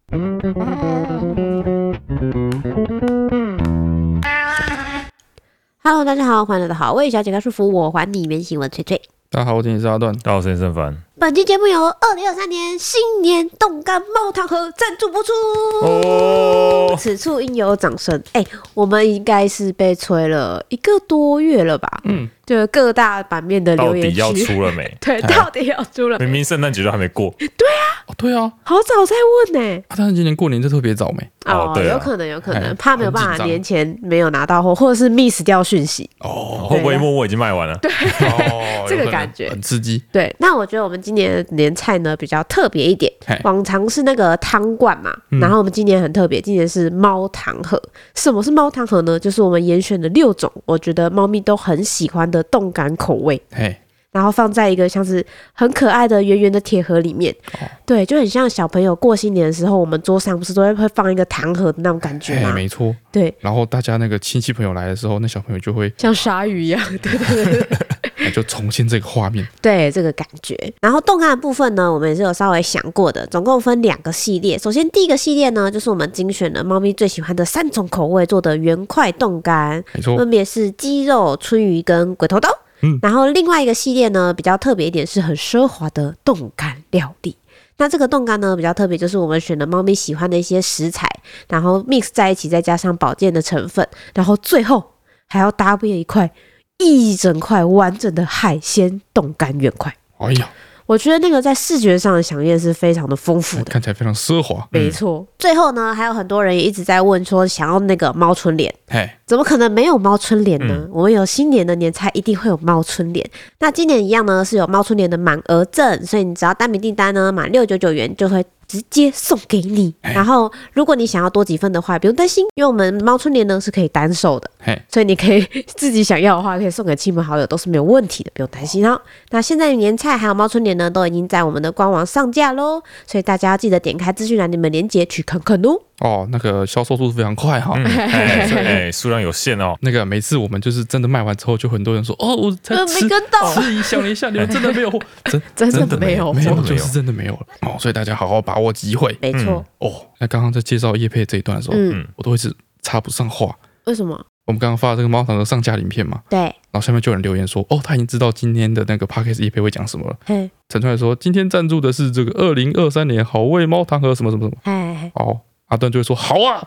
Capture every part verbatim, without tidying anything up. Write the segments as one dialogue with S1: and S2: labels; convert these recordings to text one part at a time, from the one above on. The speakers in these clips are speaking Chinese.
S1: Hello， 大家好，欢迎来到好味小姐开束缚，我还你原形文翠翠。
S2: 大家好，我今天是阿段。
S3: 大家好，我是盛凡。
S1: 本期节目由二零二三年新年冻干猫糖盒赞助播出。
S3: 哦，
S1: 此处应有掌声。哎、欸，我们应该是被催了一个多月了吧？嗯，就各大版面的留言区，
S3: 到底要出了没？
S1: 对，到底要出了没？
S3: 明明圣诞节都还没过。
S1: 对啊，
S2: 哦，对啊，
S1: 好早在问呢、欸
S2: 啊。但是今年过年就特别早没？
S1: 哦，
S3: 对、啊，
S1: 有可能，有可能，怕没有办法年前没有拿到货，或者是 miss 掉讯息。
S3: 哦，会不会默默已经卖完了？
S1: 对，
S2: 哦，
S1: 这个感觉
S2: 很刺激。
S1: 对，那我觉得我们今年的年菜呢比较特别一点，往常是那个汤罐嘛，嗯、然后我们今年很特别，今年是猫糖盒。什么是猫糖盒呢？就是我们严选的六种，我觉得猫咪都很喜欢的冻感口味。
S2: 嘿。
S1: 然后放在一个像是很可爱的圆圆的铁盒里面，哦、对，就很像小朋友过新年的时候，我们桌上不是都会会放一个糖盒的那种感觉吗？
S2: 没错，
S1: 对。
S2: 然后大家那个亲戚朋友来的时候，那小朋友就会
S1: 像鲨鱼一样，对对对对，
S2: 就重现这个画面，
S1: 对这个感觉。然后冻干的部分呢，我们也是有稍微想过的，总共分两个系列。首先第一个系列呢，就是我们精选了猫咪最喜欢的三种口味做的圆块冻干，
S2: 没错，
S1: 分别是鸡肉、春鱼跟鬼头刀。嗯、然后另外一个系列呢比较特别一点，是很奢华的冻干料理。那这个冻干呢比较特别，就是我们选了猫咪喜欢的一些食材，然后 mix 在一起，再加上保健的成分，然后最后还要搭配一块一整块完整的海鲜冻干圆块。
S2: 哎呀，
S1: 我觉得那个在视觉上的响应是非常的丰富的，
S2: 看起来非常奢华。
S1: 没错、嗯。最后呢，还有很多人也一直在问说，想要那个猫春联，怎么可能没有猫春联呢、嗯？我们有新年的年菜，一定会有猫春联。那今年一样呢，是有猫春联的满额赠，所以你只要单笔订单呢满六九九元就会直接送给你。然后，如果你想要多几份的话，不用担心，因为我们猫春联呢是可以单售的，所以你可以自己想要的话，可以送给亲朋好友都是没有问题的，不用担心哦。那现在年菜还有猫春联呢，都已经在我们的官网上架喽，所以大家要记得点开资讯栏里面链接去看看哦。
S2: 哦，那个销售速度非常快哈，
S3: 嗯，哎，数量有限哦。
S2: 那个每次我们就是真的卖完之后，就很多人说，哦，我才
S1: 吃，没跟到，
S2: 迟疑想了一下，你们真的没有货，真
S1: 真的没有，
S2: 没有就是真的没有了哦。所以大家好好把握机会，
S1: 没错。
S2: 哦，那刚刚在介绍业配这一段的时候，嗯，我都一直插不上话。
S1: 为什么？
S2: 我们刚刚发这个猫糖的上架影片嘛，
S1: 对，
S2: 然后下面就有人留言说，哦，他已经知道今天的那个 podcast 业配会讲什么了。嘿，陈川说，今天赞助的是这个二零二三年好味猫糖盒什么什么什么。哎，哦。阿段就会说好啊，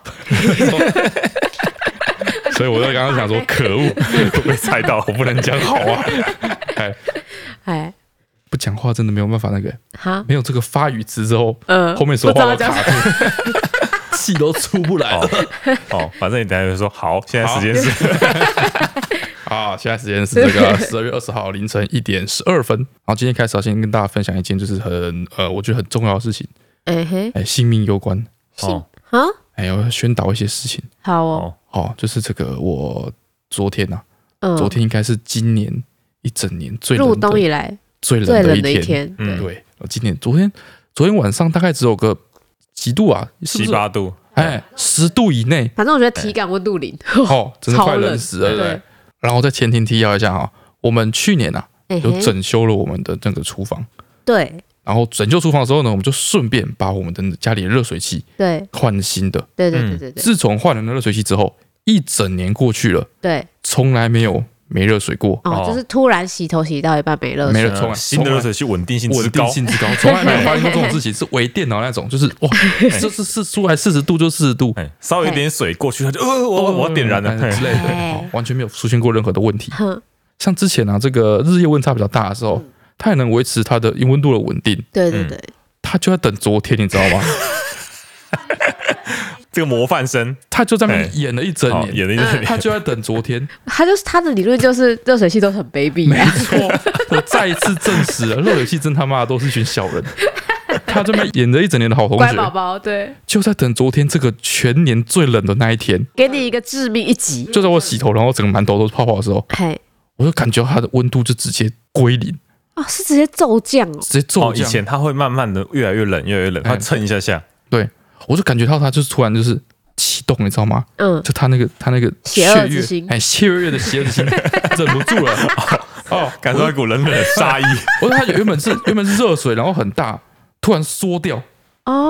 S2: 所以我就刚刚想说，可恶，
S3: 会不会猜到？我不能讲好啊，
S2: 哎哎，不讲话真的没有办法那个，没有这个发语词之后，
S1: 呃，
S2: 后面说话都卡住，气都出不来了。
S3: 哦，哦反正你等一下就说好，现在时间是，
S2: 好，现在时间是这个十二月二十号凌晨一点十二分。然后今天开始要先跟大家分享一件就是很呃，我觉得很重要的事情，哎嘿，哎，性命攸关。
S1: 哦啊！
S2: 哎，我要宣导一些事情。
S1: 好哦，
S2: 哦，就是这个，我昨天呐、啊，嗯，昨天应该是今年一整年最冷的
S1: 入冬以来
S2: 最冷的一天。一天嗯，对，我今年昨天昨天晚上大概只有个几度啊，
S3: 七八度，
S2: 哎，十度以内。
S1: 反正我觉得体感温度零，
S2: 哦，真的快冷死了，对不对？然后再前庭提要一下哈，我们去年啊有整修了我们的这个厨房，
S1: 对。
S2: 然后整修厨房的时候呢，我们就顺便把我们的家里的热水器对换新的。
S1: 对对对对对。
S2: 自从换了那热水器之后，一整年过去了，
S1: 对，
S2: 从来没有没热水过。
S1: 哦，就是突然洗头洗到一半没热水，
S2: 没热，从来
S3: 新的热水器稳定性之高，
S2: 稳定性之高，从来没有发生过这种事情。是微电脑那种，就是哇，这是是出来四十度就四十度，
S3: 稍微一点水过去，它就呃我我要点燃了
S2: 之类的，完全没有出现过任何的问题。像之前啊，这个日夜温差比较大的时候。它也能维持它的温度的稳定。
S1: 对对对，
S2: 它就在等昨天，你知道吗？
S3: 这个模范生，
S2: 他就在那边演了一整年，
S3: 演了一整年，
S2: 他就在等昨天。
S1: 他就是他的理论就是热水器都很卑鄙，
S2: 没错，我再一次证实了，热水器真他妈的都是一群小人。他这边演了一整年的好同学，
S1: 乖宝宝，对，
S2: 就在等昨天这个全年最冷的那一天，
S1: 给你一个致命一击。
S2: 就在我洗头，然后整个满头都是泡泡的时候，
S1: 嘿，
S2: 我就感觉它的温度就直接归零。
S1: 哦，是直接骤降哦，
S2: 直接骤降。
S3: 哦，以前它会慢慢的越来越冷，越来越冷，它蹭一下下。
S2: 对，我就感觉到它就是突然就是启动，你知道吗？
S1: 嗯，
S2: 就它那个它那个
S1: 邪恶之心，
S2: 哎，血月的邪恶之心忍不住了。
S3: 哦，感受到一股冷冷的杀意。
S2: 我说它原本是原本是热水，然后很大，突然缩掉。
S1: 哦，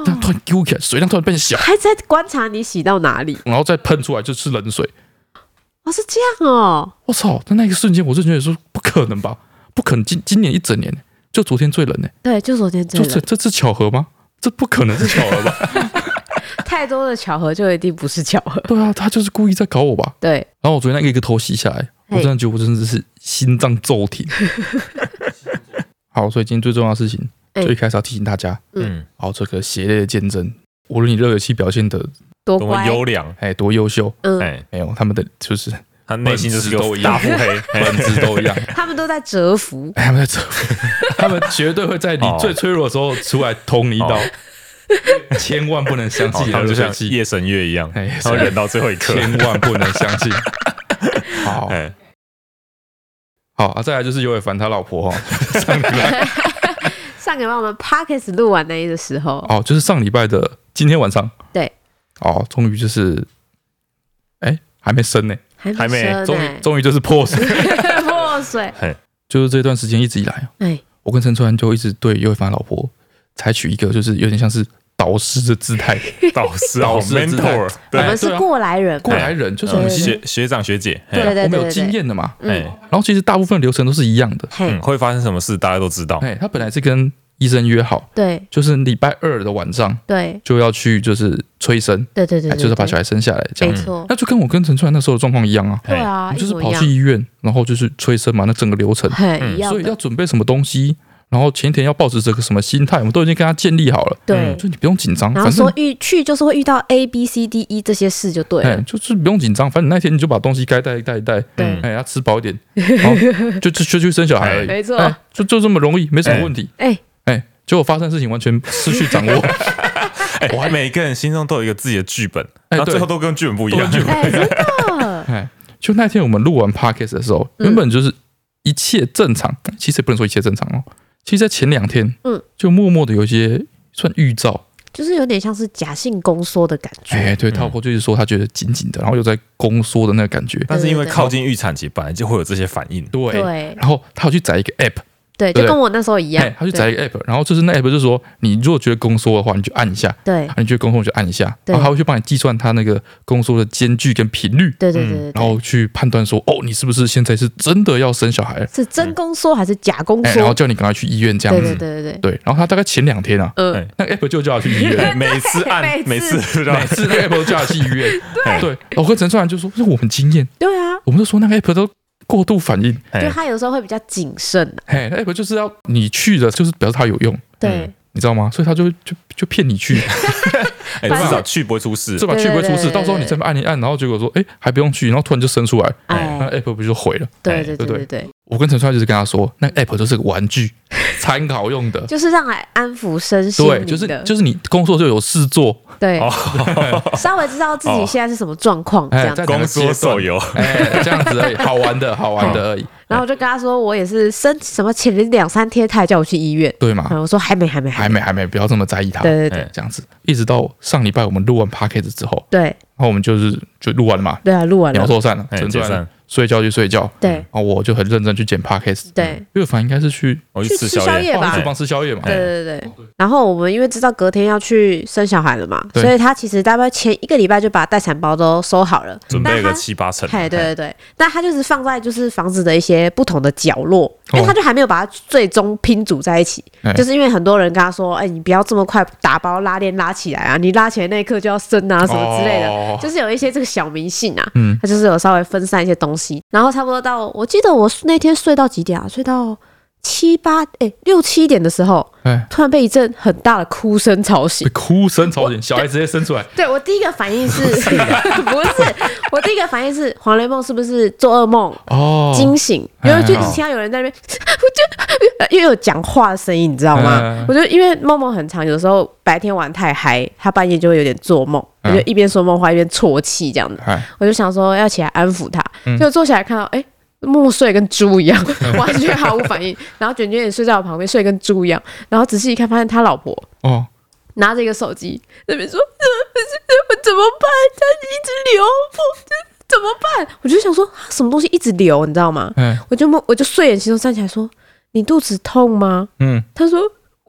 S2: 但突然丢起来，水量突然变小，
S1: 还在观察你洗到哪里，
S2: 然后再喷出来就是冷水。
S1: 哦，是这样哦！
S2: 我操！在那一个瞬间，我就觉得说不可能吧，不可能！今今年一整年，就昨天最冷呢。
S1: 对，就昨天最冷。
S2: 这这是巧合吗？这不可能是巧合吧？
S1: 太多的巧合就一定不是巧合。
S2: 对啊，他就是故意在搞我吧？
S1: 对。
S2: 然后我昨天那个一个头洗下来，我真的觉得我真的是心脏骤停。好，所以今天最重要的事情，就一开始要提醒大家，嗯，好，这个血泪的见证，无论你热水器表现的
S1: 多乖
S3: 优良，
S2: 哎，多优秀，
S1: 嗯，
S2: 哎，没有他们的就是
S3: 他内心就是
S2: 都一
S3: 大腹黑，
S2: 本质都一样，
S1: 他们都在蛰伏，
S2: 他们在蛰伏，他们绝对会在你最脆弱的时候出来捅你一刀，千万不能相信，
S3: 他们就像夜神月一样，他们忍到最后一刻，
S2: 千万不能相信。好，好啊，再来就是尤伟凡他老婆哈，上礼拜
S1: 上礼拜我们 Podcast 录完那一的时候，
S2: 哦，就是上礼拜的今天晚上，
S1: 对，
S2: 哦，终于就是，哎，还没生呢，
S1: 还没，
S2: 终于终于就是破水，
S1: 破水，
S2: 就是这段时间一直以来，哎，我跟陈川就一直对尤伟凡老婆采取一个就是有点像是导师的姿态，
S3: 导师
S2: 导师的姿态，
S1: 我们是过来人，
S2: 过来人就是我们
S3: 学学长学姐，
S2: 对，我们有经验的嘛，
S1: 嗯，
S2: 然后其实大部分流程都是一样的，
S3: 嗯，会发生什么事大家都知道，
S2: 哎，他本来是跟医生约好，
S1: 对，
S2: 就是礼拜二的晚上，
S1: 对，
S2: 就要去就是催生，
S1: 对对对，
S2: 就是把小孩生下来，这样，
S1: 没错，
S2: 那就跟我跟陈川那时候的状况一样啊，
S1: 对啊，
S2: 就是跑去医院，然后就是催生嘛，那整个流程，所以要准备什么东西。然后前一天要抱持这个什么心态，我们都已经跟他建立好了。
S1: 对，
S2: 所以你不用紧张。
S1: 然后说遇去就是会遇到 A B C D E 这些事就对了，
S2: 就是不用紧张。反正那天你就把东西该带带带，
S1: 对，
S2: 哎，要吃饱一点，然后就就就去生小孩而已。
S1: 没错，
S2: 就就这么容易，没什么问题。
S1: 哎
S2: 哎，结果发生事情完全失去掌握。
S3: 我还每个人心中都有一个自己的剧本，然后最后都跟剧本不一样。
S1: 哎，真的。
S2: 哎，就那天我们录完 podcast 的时候，原本就是一切正常，其实也不能说一切正常哦。其实，在前两天，嗯，就默默的有一些算预兆，
S1: 就是有点像是假性宫缩的感觉。
S2: 哎，对，他老婆就是说他觉得紧紧的，然后又在宫缩的那个感觉。
S3: 但是因为靠近预产期，本来就会有这些反应。
S2: 对，然后他有去载一个 app。
S1: 对，就跟我那时候一样。
S2: 他去载一个 app， 然后就是那 app 就是说，你如果觉得宫缩的话，你就按一下。
S1: 对，
S2: 你觉得宫缩就按一下，然后他会去帮你计算它那个宫缩的间距跟频率。
S1: 对对对，
S2: 然后去判断说，哦，你是不是现在是真的要生小孩？
S1: 是真宫缩还是假宫缩？
S2: 然后叫你赶快去医院这样子。
S1: 对对对对
S2: 对。然后他大概前两天啊，嗯，那个 app 就叫他去医院，
S3: 每次按，每次
S2: 每次那个 app 都叫他去医院。对。我跟陈川然就说，是我们经验。
S1: 对啊。
S2: 我们就说那个 app 都。过度反应，
S1: 就他有时候会比较谨慎、啊。
S2: 嘿，那不就是要你去的，就是表示他有用，
S1: 对、嗯，
S2: 你知道吗？所以他就就就骗你去，
S3: 哎、欸，至少去不会出事，
S2: 至少去不会出事。到时候你再按一按，然后结果说，哎、欸，还不用去，然后突然就生出来，哎，那 app 不就毁了？
S1: 对对对对对。
S2: 我跟陈川就是跟他说，那个 app 就是个玩具，参考用的，
S1: 就是让来安抚身心。
S2: 对，就是就是你工作就有事做，
S1: 对，稍微知道自己现在是什么状况，这样子。
S3: 工作手游，
S2: 哎，这样子而已，好玩的，好玩的而已。
S1: 然后我就跟他说，我也是生什么前两三天，他还叫我去医院，
S2: 对嘛？
S1: 我说还没，还没，
S2: 还没，还没，不要这么在意他。
S1: 对对对，
S2: 这样子，一直到上礼拜我们录完 podcast 之后，
S1: 对，
S2: 然后我们就是就录完了嘛，
S1: 对啊，录完了，
S2: 鸟兽散了，陈川睡觉去睡觉，
S1: 对，
S2: 然后我就很认真去剪 podcast，
S1: 对，
S2: 因为反正应该是去
S1: 去吃宵夜吧，
S2: 去帮吃宵夜嘛，
S1: 对对对。然后我们因为知道隔天要去生小孩了嘛，所以他其实大概前一个礼拜就把待产包都收好了，
S3: 准备个七八成，
S1: 对对对。但他就是放在就是房子的一些不同的角落，因为他就还没有把它最终拼组在一起，就是因为很多人跟他说，哎，你不要这么快打包拉链拉起来啊，你拉起来那一刻就要生啊什么之类的，就是有一些这个小迷信啊，嗯，他就是有稍微分散一些东西，然后差不多。到我记得我那天睡到几点啊？睡到七八哎六七点的时候，哎，突然被一阵很大的哭声吵醒。
S2: 被哭声吵醒，小孩直接生出来。
S1: 对我第一个反应是，不是我第一个反应是黄雷梦是不是做噩梦哦惊醒？因为就听到有人在那边，我就因为有讲话的声音，你知道吗？我就因为梦梦很长，有时候白天玩太嗨，他半夜就会有点做梦。我就一边说梦话一边啜泣这样子，我就想说要起来安抚他，结果坐起来看到，哎、欸，默默睡跟猪一样，完全毫无反应。然后卷卷也睡在我旁边，睡跟猪一样。然后仔细一看，发现他老婆哦拿着一个手机那边说：“我怎么办？他一直流，怎么办？”我就想说什么东西一直流，你知道吗？嗯，我就我就睡眼惺忪站起来说：“你肚子痛吗？”嗯，他说。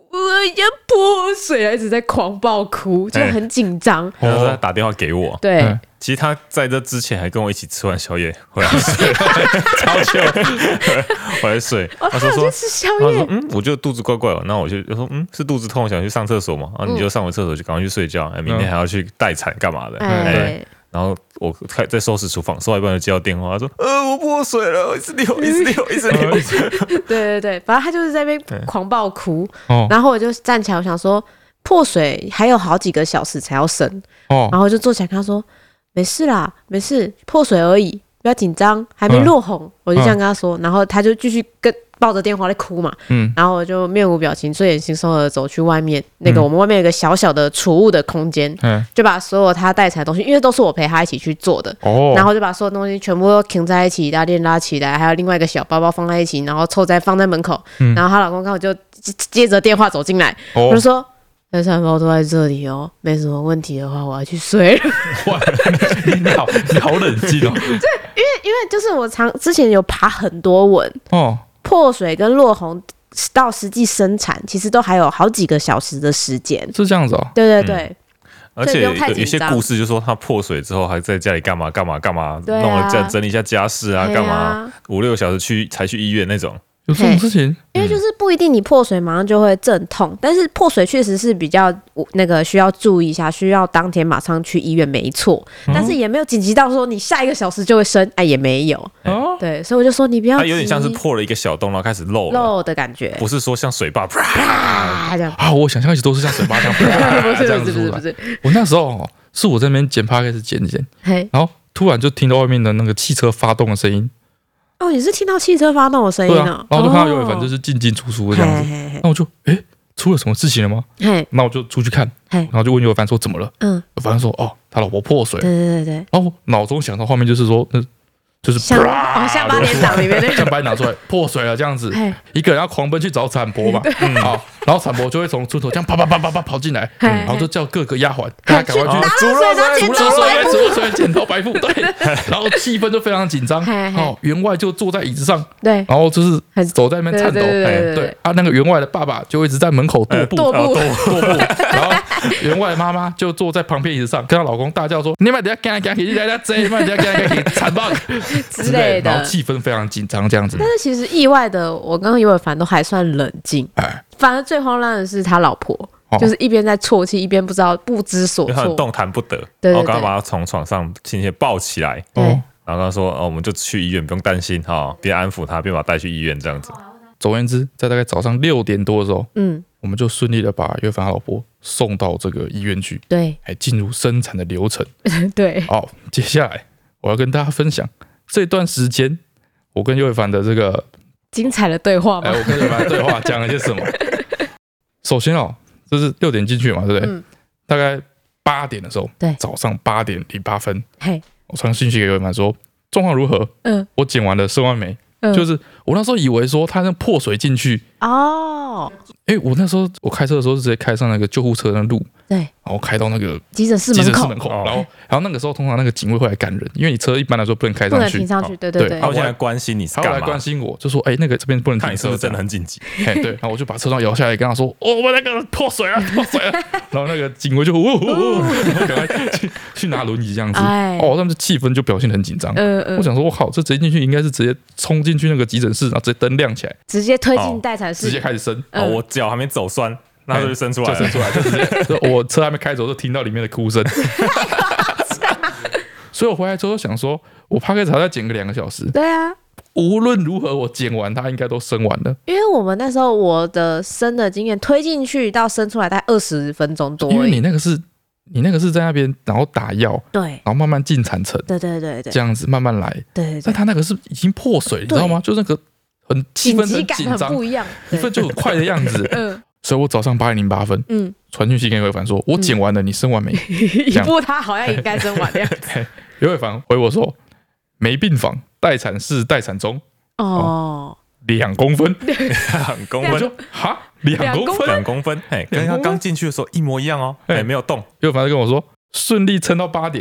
S1: 我要破水了，一直在狂暴哭，就很紧张。
S3: 然后他打电话给我，
S1: 对。
S3: 嗯其实他在这之前还跟我一起吃完宵夜回来睡，超糗，回来睡。
S1: 哦、他说吃宵夜，
S3: 他说嗯，我觉得肚子怪怪的，那我就说嗯，是肚子痛，想去上厕所嘛，然后你就上完厕所就赶快去睡觉，哎，明天还要去待产干嘛的？哎，哎然后我开在收拾厨房，收到一半就接到电话，他说呃，我破水了，一直流，一直流，一直流。
S1: 对对对，反正他就是在那边狂暴哭，然后我就站起来，我想说破水还有好几个小时才要生，然后我就坐起来跟他说。没事啦，没事，破水而已，不要紧张，还没落红，嗯、我就这样跟他说，然后他就继续跟抱着电话在哭嘛，嗯，然后我就面无表情、睡眼惺忪的走去外面，那个我们外面有一个小小的储物的空间，嗯，就把所有他带起来的东西，因为都是我陪他一起去做的，哦，然后就把所有东西全部都停在一起，拉链拉起来，还有另外一个小包包放在一起，然后凑在放在门口，嗯、然后她老公刚好就接着电话走进来，哦、我就说。那三包都在这里哦，没什么问题的话，我要去睡了。
S2: 哇，你好，你好冷静哦。
S1: 对，因为因为就是我常之前有爬很多文哦，破水跟落红到实际生产，其实都还有好几个小时的时间。
S2: 是这样子哦。
S1: 对对对。嗯
S3: 而且有有一些故事，就说他破水之后还在家里干嘛干嘛干嘛，啊、弄了整整理一下家事啊，干嘛五六个小时去才去医院那种。
S2: 有这种事情，
S1: 因为就是不一定你破水马上就会阵痛，但是破水确实是比较那个需要注意一下，需要当天马上去医院，没错。但是也没有紧急到说你下一个小时就会生，哎，也没有。哦，对，所以我就说你不要。
S3: 它有点像是破了一个小洞，然后开始漏
S1: 漏的感觉，
S3: 不是说像水坝
S1: 啪这样
S2: 啊。我想象一直都是像水坝这样啪这样子出来。我那时候是我在那边剪趴开始剪剪，然后突然就听到外面的那个汽车发动的声音。
S1: 哦，你是听到汽车发动的声音呢、
S2: 啊？然后就看到尤伟凡就是进进出出的这样子，那我就哎、欸，出了什么事情了吗？那我就出去看，然后就问尤伟凡说怎么了？嗯，尤伟凡说哦，他老婆破水。
S1: 对对对对。
S2: 然后脑中想到画面就是说，那就是
S1: 像哦，像八点档里面那个，
S2: 像把你拿出来破水了这样子，一个人要狂奔去找产婆嘛，嗯，好，然后产婆就会从出头这样啪啪啪啪啪跑进来，然后就叫各个丫鬟，大家赶快去
S1: 煮热水，煮热
S2: 水，煮热水，剪头白富，对，然后气氛就非常紧张，哦，员外就坐在椅子上，对，然后就是走在那边颤抖，对，啊，那个员外的爸爸就一直在门口踱步，
S1: 踱步，
S2: 踱步，然后员外的妈妈就坐在旁边椅子上，跟她老公大叫说：“你们等下赶赶紧来来追，你们等下赶赶紧惨爆
S1: 之类的。”
S2: 然后气氛非常紧张，这样子。
S1: 但是其实意外的，我跟尤伟凡都还算冷静。反而最慌乱的是他老婆，哦、就是一边在啜泣，一边不知道不知所措，
S3: 动弹不得。
S1: 对对对，
S3: 然后刚刚把他从床上轻轻抱起来，对，然后跟他说：“哦，我们就去医院，不用担心哈，边安抚他，边把他带去医院这样子。”
S2: 总而言之，在大概早上六点多的时候，嗯，我们就顺利的把尤伟凡他老婆送到这个医院去，
S1: 对，
S2: 还进入生产的流程，
S1: 对。
S2: 好，接下来我要跟大家分享这段时间。我跟尤伟凡的这个
S1: 精彩的对话吗？
S2: 哎，我跟尤伟凡的对话讲了些什么？首先哦，就是六点进去嘛，对不对？嗯、大概八点的时候，对，早上八点零八分，嘿，我传讯息给尤伟凡说状况如何？嗯，我剪完了，生完没？嗯、就是我那时候以为说他那破水进去哦，因为我那时候我开车的时候是直接开上那个救护车的路，对，然后开到那个
S1: 急诊室门口，急诊室门口，
S2: 然后然后那个时候通常那个警卫会来赶人，因为你车一般来说不能开上去，
S1: 不能停上去，对对对，
S3: 他会来关心你是干嘛，
S2: 他会来关心我，就说哎、欸、那个这边不能停车，
S3: 看你是不是真的很紧急，
S2: 哎对，然后我就把车窗摇下来跟他说，哦我那个破水了破水了，然后那个警卫就呜呜呜，然后赶快去去拿轮椅这样子，哦他们的气氛就表现得很紧张，嗯嗯，我想说我靠这直接进去应该是直接冲进去那个急诊室，然后直接灯亮起来，
S1: 直接推进待产室，
S2: 直接开始生，
S3: 哦我脚还没走酸。那就生出来了，
S2: 就生出来，就直接我车还没开走，就听到里面的哭声。所以我回来之后想说，我怕可以才再剪个两个小时。
S1: 对啊，
S2: 无论如何我剪完，它应该都生完了。
S1: 因为我们那时候我的生的经验，推进去到生出来大概二十分钟多。
S2: 因为你那个是，你那个是在那边，然后打药，
S1: 对，
S2: 然后慢慢进产程，
S1: 对对对对，
S2: 这样子慢慢来。
S1: 对对对，
S2: 但他那个是已经破水，你知道吗？就那个很气氛很紧张，
S1: 不一样，
S2: 一份就很快的样子。嗯。所以我早上八点零八分，嗯，传讯息给尤伟凡说，我剪完了，你生完没？
S1: 一副他好像应该生完的样子。
S2: 尤伟凡回我说，没病房，待产室待产中。哦，两公分，
S3: 两公分，
S2: 我就哈，两公分，
S3: 两公分，哎，跟他刚进去的时候一模一样哦，哎，没有动。
S2: 尤伟凡就跟我说，顺利撑到八点，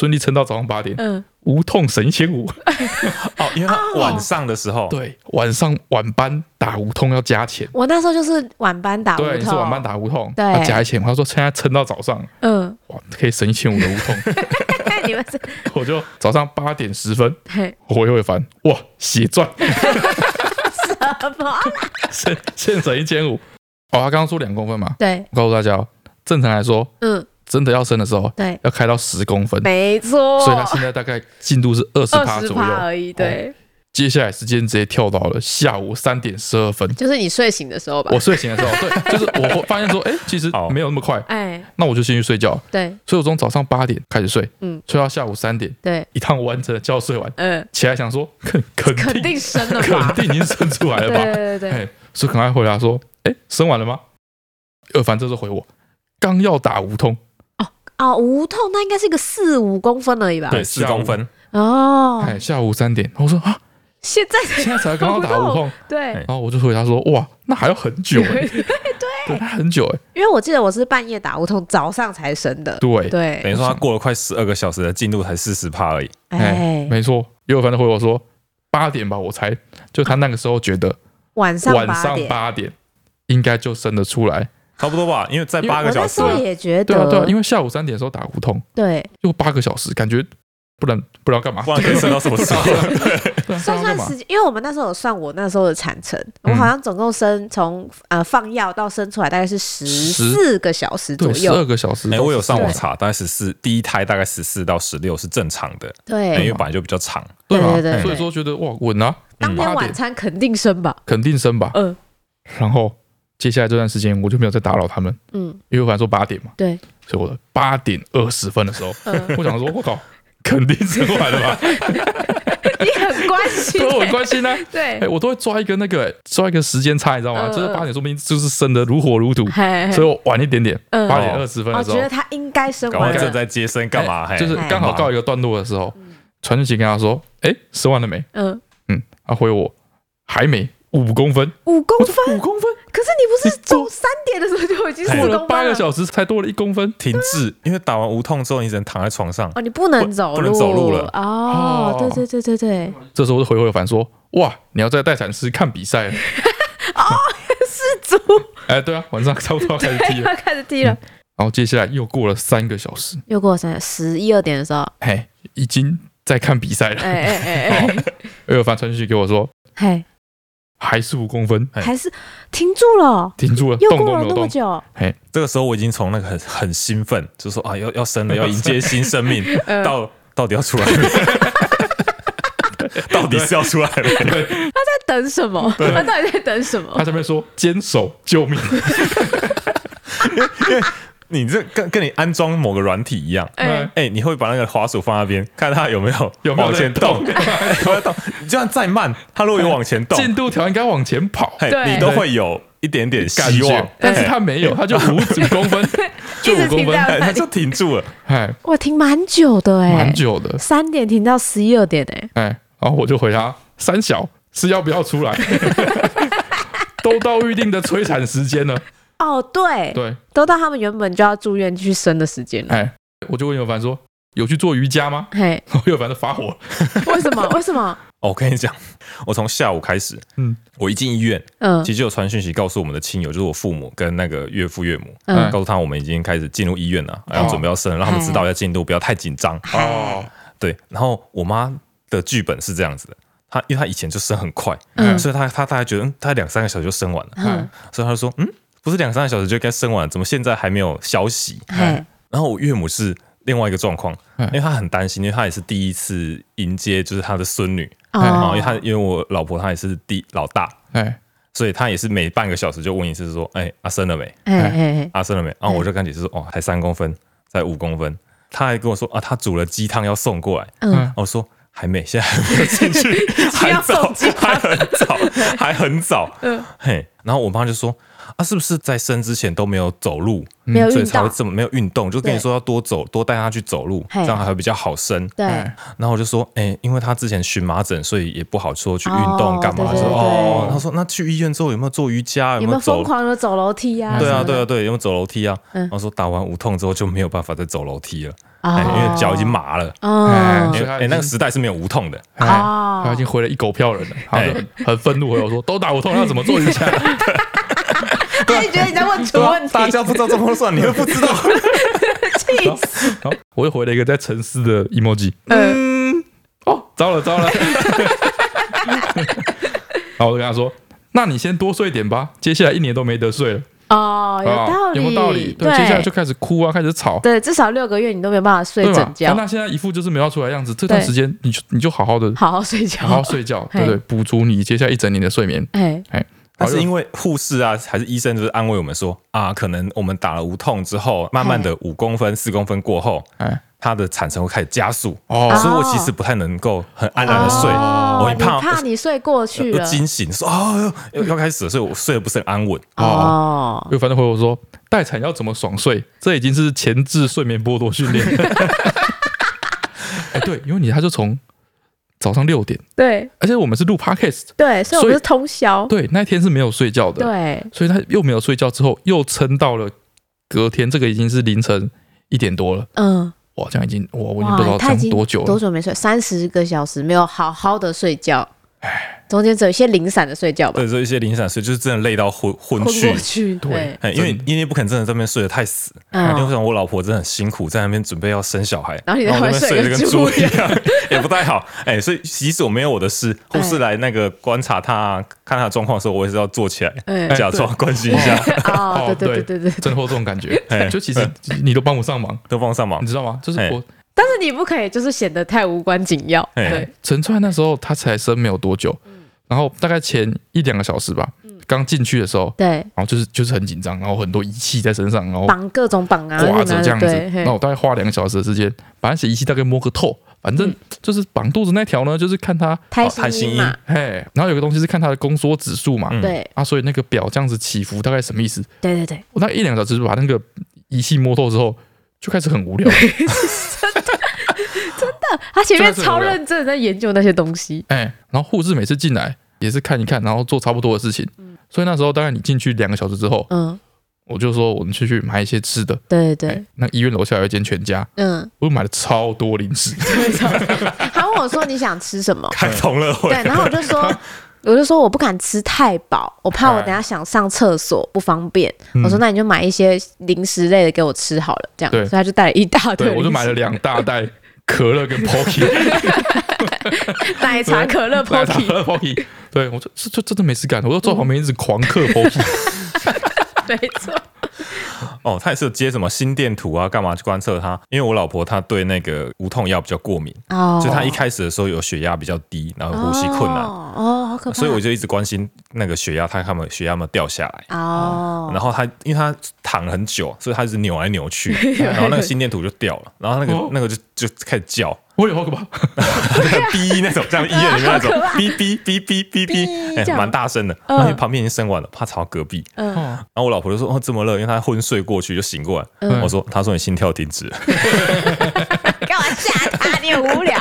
S2: 顺利撑到早上八点，嗯，无痛省一千五。
S3: 哦，因为他晚上的时候，
S2: 对，晚上晚班打无痛要加钱。
S1: 我那时候就是晚班打无痛，
S2: 对，你是晚班打无痛，
S1: 对，
S2: 要加一千。他说现在撑到早上，嗯，哇，可以省一千五的无痛。
S1: 你们是，
S2: 我就早上八点十分，我又会翻，哇，血赚。
S1: 什么？
S2: 现现省一千五。哦，他刚刚说两公分嘛？
S1: 对，
S2: 我告诉大家哦，正常来说，嗯，真的要生的时候，
S1: 对，
S2: 要开到十公分，
S1: 没错。
S2: 所以他现在大概进度是二十趴左右
S1: 而已，对。
S2: 哦，接下来时间直接跳到了下午三点十二分，
S1: 就是你睡醒的时候吧？
S2: 我睡醒的时候，对，就是我发现说，哎，其实没有那么快，哎，那我就先去睡觉，
S1: 对，
S2: 所以我从早上八点开始睡，嗯，睡到下午三点，
S1: 对，
S2: 一趟完整的觉睡完，嗯，起来想说，肯肯定
S1: 肯定生了吧，
S2: 肯定已经生出来了吧，
S1: 对对对对，
S2: 所以赶快回答说，哎，生完了吗？二凡这时候回我，刚要打无痛，
S1: 哦哦，无痛那应该是一个四五公分而已吧？
S3: 对，四公分
S1: 哦，
S2: 哎，下午三点，我说啊。
S1: 现在
S2: 现在才刚刚打无痛，
S1: 对，
S2: 然后我就回答说，哇，那还要很久哎，对对，对，很久哎，
S1: 因为我记得我是半夜打无痛，早上才生的，
S2: 对
S1: 对，
S3: 等于说他过了快十二个小时的进度才四十趴而已，
S2: 哎，没错，因为反正回我说八点吧，我猜，就他那个时候觉得
S1: 晚上
S2: 晚上八点应该就生得出来，
S3: 差不多吧，因为在八个小时，
S1: 我那时候也觉得，
S2: 对啊对啊，因为下午三点的时候打无痛，
S1: 对，
S2: 又八个小时，感觉。不然不知道干嘛，
S3: 不然可以生到什么时候？
S1: 算算时间，因为我们那时候有算我那时候的产程，我好像总共生从呃放药到生出来大概是十四个小时左右，
S2: 十二个小时。
S3: 哎，我有上网查，大概十四，第一胎大概十四到十六是正常的，
S1: 对，
S3: 因为本来就比较长，
S2: 对吧？所以说觉得哇稳啊，
S1: 当天晚餐肯定生吧，
S2: 肯定生吧，嗯。然后接下来这段时间我就没有再打扰他们，嗯，因为我反正说八点嘛，
S1: 对，
S2: 所以我八点二十分的时候，我想说，我靠。肯定生完了吧？
S1: 你很关心，
S2: 对，我很关心啊。
S1: 对，
S2: 哎，我都会抓一个那个，抓一个时间差，你知道吗？就是八点，说不定就是生的如火如荼，所以我晚一点点，八点二十分的时候，
S1: 我觉得他应该生完了，
S3: 正在接生干嘛？
S2: 就是刚好告一个段落的时候，传讯息跟他说：“哎，生完了没？”嗯嗯，他回我还没。五公分，
S1: 五公分，
S2: 五公分。
S1: 可是你不是从三点的时候就已经四公分了？
S2: 八个小时才多了一公分，
S3: 停滞。因为打完无痛之后，你只能躺在床上。
S1: 哦，你不能走路，
S3: 不能走路了。
S1: 哦，对对对对对。
S2: 这时候我就回回凡说：“哇，你要在待产室看比赛了。”
S1: 哦，是猪。
S2: 哎，对啊，晚上差不多要开始踢了，
S1: 要开始踢了。
S2: 然后接下来又过了三个小时，
S1: 又过了三十一二点的时候，
S2: 嘿，已经在看比赛了。哎哎哎哎，又凡传讯息给我说：“嘿。”还是五公分，
S1: 还是停住了，
S2: 停住了，
S1: 又过了那么久。
S3: 嘿，这个时候我已经从那个很很兴奋，就说啊要要生了，要迎接新生命，到到底要出来了，到底是要出来了。他
S1: 在等什么？他到底在等什么？
S2: 他这边说坚守救命，
S3: 因为因为。你这跟跟你安装某个软体一样，哎、欸欸，你会把那个滑鼠放那边，看它有没有
S2: 有没有
S3: 往前动，有没有动？你就算再慢，它如果有往前动，
S2: 进度条应该往前跑，
S3: 你都会有一点点希望。
S2: 但是它没有，它就五五公分，就五公分，
S3: 它就停住了。
S1: 哎，我停蛮久的哎，
S2: 蛮久的，
S1: 三点停到十一二点哎，
S2: 哎，然后我就回他三小是要不要出来？都到预定的催产时间了。
S1: 哦，对
S2: 对，
S1: 都到他们原本就要住院去生的时间了。
S2: 哎，我就问尤凡说：“有去做瑜伽吗？”嘿，尤凡就发火。
S1: 为什么？为什么？
S3: 哦，我跟你讲，我从下午开始，嗯，我一进医院，嗯，其实就有传讯息告诉我们的亲友，就是我父母跟那个岳父岳母，嗯，告诉他我们已经开始进入医院了，要准备要生了，让他们知道要进度，不要太紧张。哦，对。然后我妈的剧本是这样子的。她因为她以前就生很快，嗯，所以她她大概觉得，嗯，她两三个小时就生完了，嗯，所以她就说，嗯。不是两三个小时就该生完了，怎么现在还没有消息？然后我岳母是另外一个状况，因为她很担心，因为她也是第一次迎接就是她的孙女，哦，因为她因为我老婆她也是第老大，所以她也是每半个小时就问一次说，哎，啊生了没？哎，啊生了没？然后我就跟姐姐说，哦，还三公分，才五公分。她还跟我说啊，她煮了鸡汤要送过来，嗯，我说。还没，现在还没有进去，还早，还很早，还很早。嗯，嘿，然后我妈就说啊，是不是在生之前都没有走路，
S1: 没有运动，
S3: 所以才会这么没有运动？就跟你说要多走，多带他去走路，这样还会比较好生。
S1: 对。
S3: 然后我就说，哎、欸，因为他之前荨麻疹，所以也不好说去运动干嘛。他说哦，他说那去医院之后有没有做瑜伽？
S1: 有没有疯狂的走楼梯啊？
S3: 对啊，对啊，对，有没有走楼梯啊？然后说打完无痛之后就没有办法再走楼梯了。哦欸、因为脚已经麻了，哦，哎、欸欸，那个时代是没有无痛的，
S2: 哦，他已经回了一狗票人了，他很很愤怒回我说：“都打无痛，要怎么做瑜伽？”
S1: 他你觉得你在问出问题？
S3: 大家不知道这么算，你会不知道，
S1: 气死！
S2: 然后我又回了一个在沉思的 emoji， 嗯，哦，糟了糟了，然后我就跟他说：“那你先多睡点吧，接下来一年都没得睡了。”
S1: 哦，有道理，
S2: 有没有道理？对，接下来就开始哭啊，开始吵。
S1: 对，至少六个月你都没有办法睡整觉。
S2: 那现在一副就是没有出来的样子，这段时间你就你就好好的
S1: 好好睡觉，
S2: 好好睡觉，对对，补足你接下来一整年的睡眠。哎
S3: 哎，但是因为护士啊，还是医生就是安慰我们说啊，可能我们打了无痛之后，慢慢的五公分、四公分过后，哎。它的产程会开始加速，哦，所以我其实不太能够很安然的睡，
S1: 哦、我怕怕你睡过去了，
S3: 惊醒说啊要要开始了，所以我睡得不是很安稳。
S2: 哦，又反正回我说待产要怎么爽睡，这已经是前置睡眠剥夺训练。哎，对，因为你他就从早上六点，
S1: 对，
S2: 而且我们是录 podcast，
S1: 对，所以我们是通宵，
S2: 对，那一天是没有睡觉的，
S1: 对，
S2: 所以他又没有睡觉之后，又撑到了隔天，这个已经是凌晨一点多了，嗯。哇，这样已经哇，我已经不知道这样多久了，
S1: 多久没睡？三十个小时没有好好的睡觉，中间只有一些零散的睡觉吧。
S3: 对，只有一些零散睡，就是真的累到昏昏去。
S1: 去对，
S3: 因为因为不可能真的在那边睡得太死，嗯、因为我想我老婆真的很辛苦，在那边准备要生小孩，
S1: 然后你在那边
S3: 睡得跟猪一样，也不太好。哎、欸，所以即使我没有我的事，护士来那个观察他、看他的状况的时候，我也是要坐起来，欸、假装关心一下。
S1: 哦，对对对对对，
S2: 真会有这种感觉。哎，就其实你都帮不上忙，
S3: 都帮不上忙，
S2: 你知道吗？就是我。
S1: 但是你不可以，就是显得太无关紧要。对，
S2: 陈川那时候他才生没有多久，嗯、然后大概前一两个小时吧，刚、嗯、进去的时候，
S1: 对，
S2: 然后就是就是很紧张，然后很多仪器在身上，然后
S1: 绑各种绑啊，
S2: 挂着这样子。然后我大概花两个小时的时间，把那些仪器大概摸个透，反正就是绑肚子那条呢，就是看它
S1: 胎心音嘛，
S2: 嘿，然后有个东西是看它的宫缩指数嘛，
S1: 对、嗯、
S2: 啊，所以那个表这样子起伏大概什么意思？
S1: 对对对，
S2: 我大概一两个小时把那个仪器摸透之后，就开始很无聊。
S1: 真的，他前面超认真的在研究那些东西。
S2: 哎、欸，然后护士每次进来也是看一看，然后做差不多的事情。嗯、所以那时候大概你进去两个小时之后，嗯，我就说我们去去买一些吃的。
S1: 对对、
S2: 欸，那医院楼下有一间全家，嗯，我买了超多零食。
S1: 他问我说你想吃什么？
S3: 开同乐会。
S1: 对，然后我就说。我就说我不敢吃太饱，我怕我等下想上厕所不方便。嗯、我说那你就买一些零食类的给我吃好了，这样。所以他就带了一大堆。
S2: 对，我就买了两大袋可乐跟 Pocky，
S1: 奶茶可乐 Pocky，
S2: 奶茶可乐 Pocky。对，我说这这真的没事干，我就坐旁边一直狂嗑 Pocky。
S1: 没错。
S3: 哦，他也是有接什么心电图啊，干嘛去观测他？因为我老婆她对那个无痛药比较过敏，哦，所以她一开始的时候有血压比较低，然后呼吸困难，哦，
S1: 哦好可怕。
S3: 所以我就一直关心那个血压，她看没血压有没有掉下来，哦。然后她因为她躺很久，所以她一直扭来扭去，然后那个心电图就掉了，然后那个、哦、那个就就开始叫。
S2: 我有好可怕，
S3: 那个哔那种，像医院里面那种哔哔哔哔哔哔，哎，蛮大声的。然后旁边已经生完了，怕吵隔壁。嗯，然后我老婆就说：“哦，这么热，因为她昏睡过去就醒过来。嗯”我说：“她说你心跳停止了。”
S1: 干嘛吓他？你很无聊。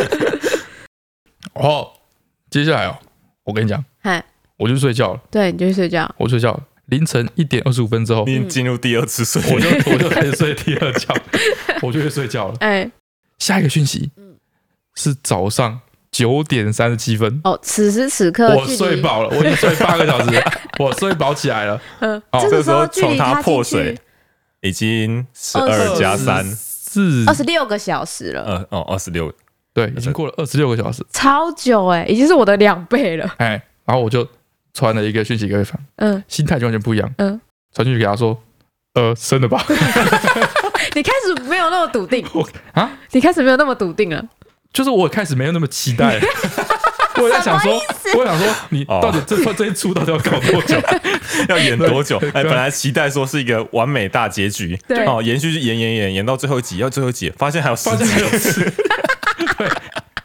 S2: 哦，接下来哦，我跟你讲，我就睡觉了。
S1: 对，你就去睡觉。
S2: 我睡觉了。凌晨一点二十五分之后，
S3: 你进入第二次睡，
S2: 我就我就开始睡第二觉，我就去睡觉了。哎。下一个讯息是早上九点三十七分
S1: 哦，此时此刻
S2: 我睡饱了，我已经睡八个小时，我睡饱起来了。
S1: 嗯，这个时候从他
S3: 破水已经十二加三
S2: 四
S1: 二十六个小时了。
S3: 呃哦，二十六，
S2: 对，已经过了二十六个小时，
S1: 超久哎、欸，已经是我的两倍了。
S2: 哎，然后我就传了一个讯息给对方，嗯，心态就完全不一样，嗯，传讯息给他说，呃，生了吧。
S1: 你开始没有那么笃定啊！你开始没有那么笃定了，
S2: 就是我开始没有那么期待。我在想说，我想说，你到底这这一出到底要搞多久？
S3: 要演多久？哎，本来期待说是一个完美大结局，
S1: 对
S3: 哦，延续就演演演演到最后一集，要最后一集，发现还有十集，
S2: 还有十，对，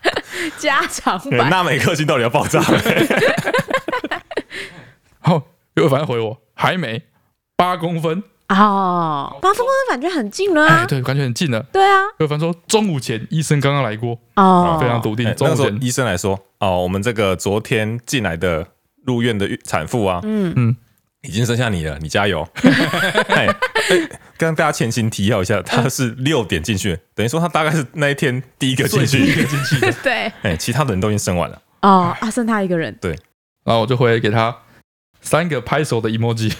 S1: 加长版。
S3: 纳美克星到底要爆炸？
S2: 然后岳凡回我还没八公分
S1: 哦，八公分感觉很近了啊，
S2: 哎、对，感觉很近了。
S1: 对啊，
S2: 岳凡说中午前医生刚刚来过
S1: 哦，
S2: 非常笃定。
S3: 哎、
S2: 中午前
S3: 那时候医生来说，哦，我们这个昨天进来的入院的产妇啊，嗯嗯，已经剩下你了，你加油。哎跟大家前情提要一下，他是六点进去，等于说他大概是那一天第一个进去，
S2: 第一个进去的。
S1: 对，
S3: 哎，其他的人都已经生完了。
S1: 哦，啊，剩他一个人。
S3: 对，
S2: 然后我就回给他三个拍手的 emoji，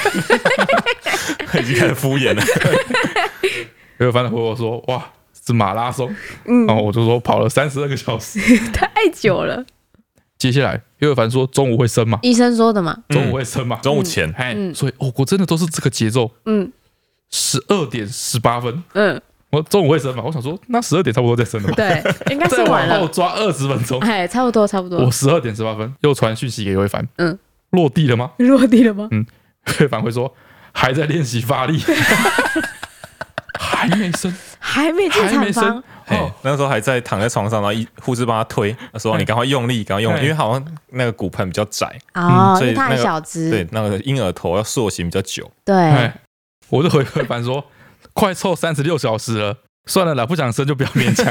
S3: 已经开始敷衍了。
S2: 岳凡回我说：“哇，是马拉松。”嗯，然后我就说跑了三十二个小时，
S1: 太久了。
S2: 接下来岳凡说中午会生嘛？
S1: 医生说的嘛，
S2: 中午会生嘛？
S3: 中午前，
S2: 哎，所以哦，我真的都是这个节奏。嗯。十二点十八分，嗯，我中午会生嘛？我想说，那十二点差不多再生了吧？
S1: 对，应该是晚了。
S2: 再往后抓二十分钟，
S1: 哎，差不多，差不多。
S2: 我十二点十八分又传讯息给魏凡，嗯，落地了吗？
S1: 落地了吗？
S2: 嗯，魏凡会说还在练习发力，还没生，
S1: 还没进产房。
S3: 哦，那时候还在躺在床上，然后护士帮他推，他说你赶快用力，赶快用力，因为好像那个骨盆比较窄
S1: 哦，所以他很小只，
S3: 对，那个婴儿头要塑形比较久，
S1: 对。
S2: 我就回魏凡说：“快凑三十六小时了，算了啦，不想生就不要勉强。”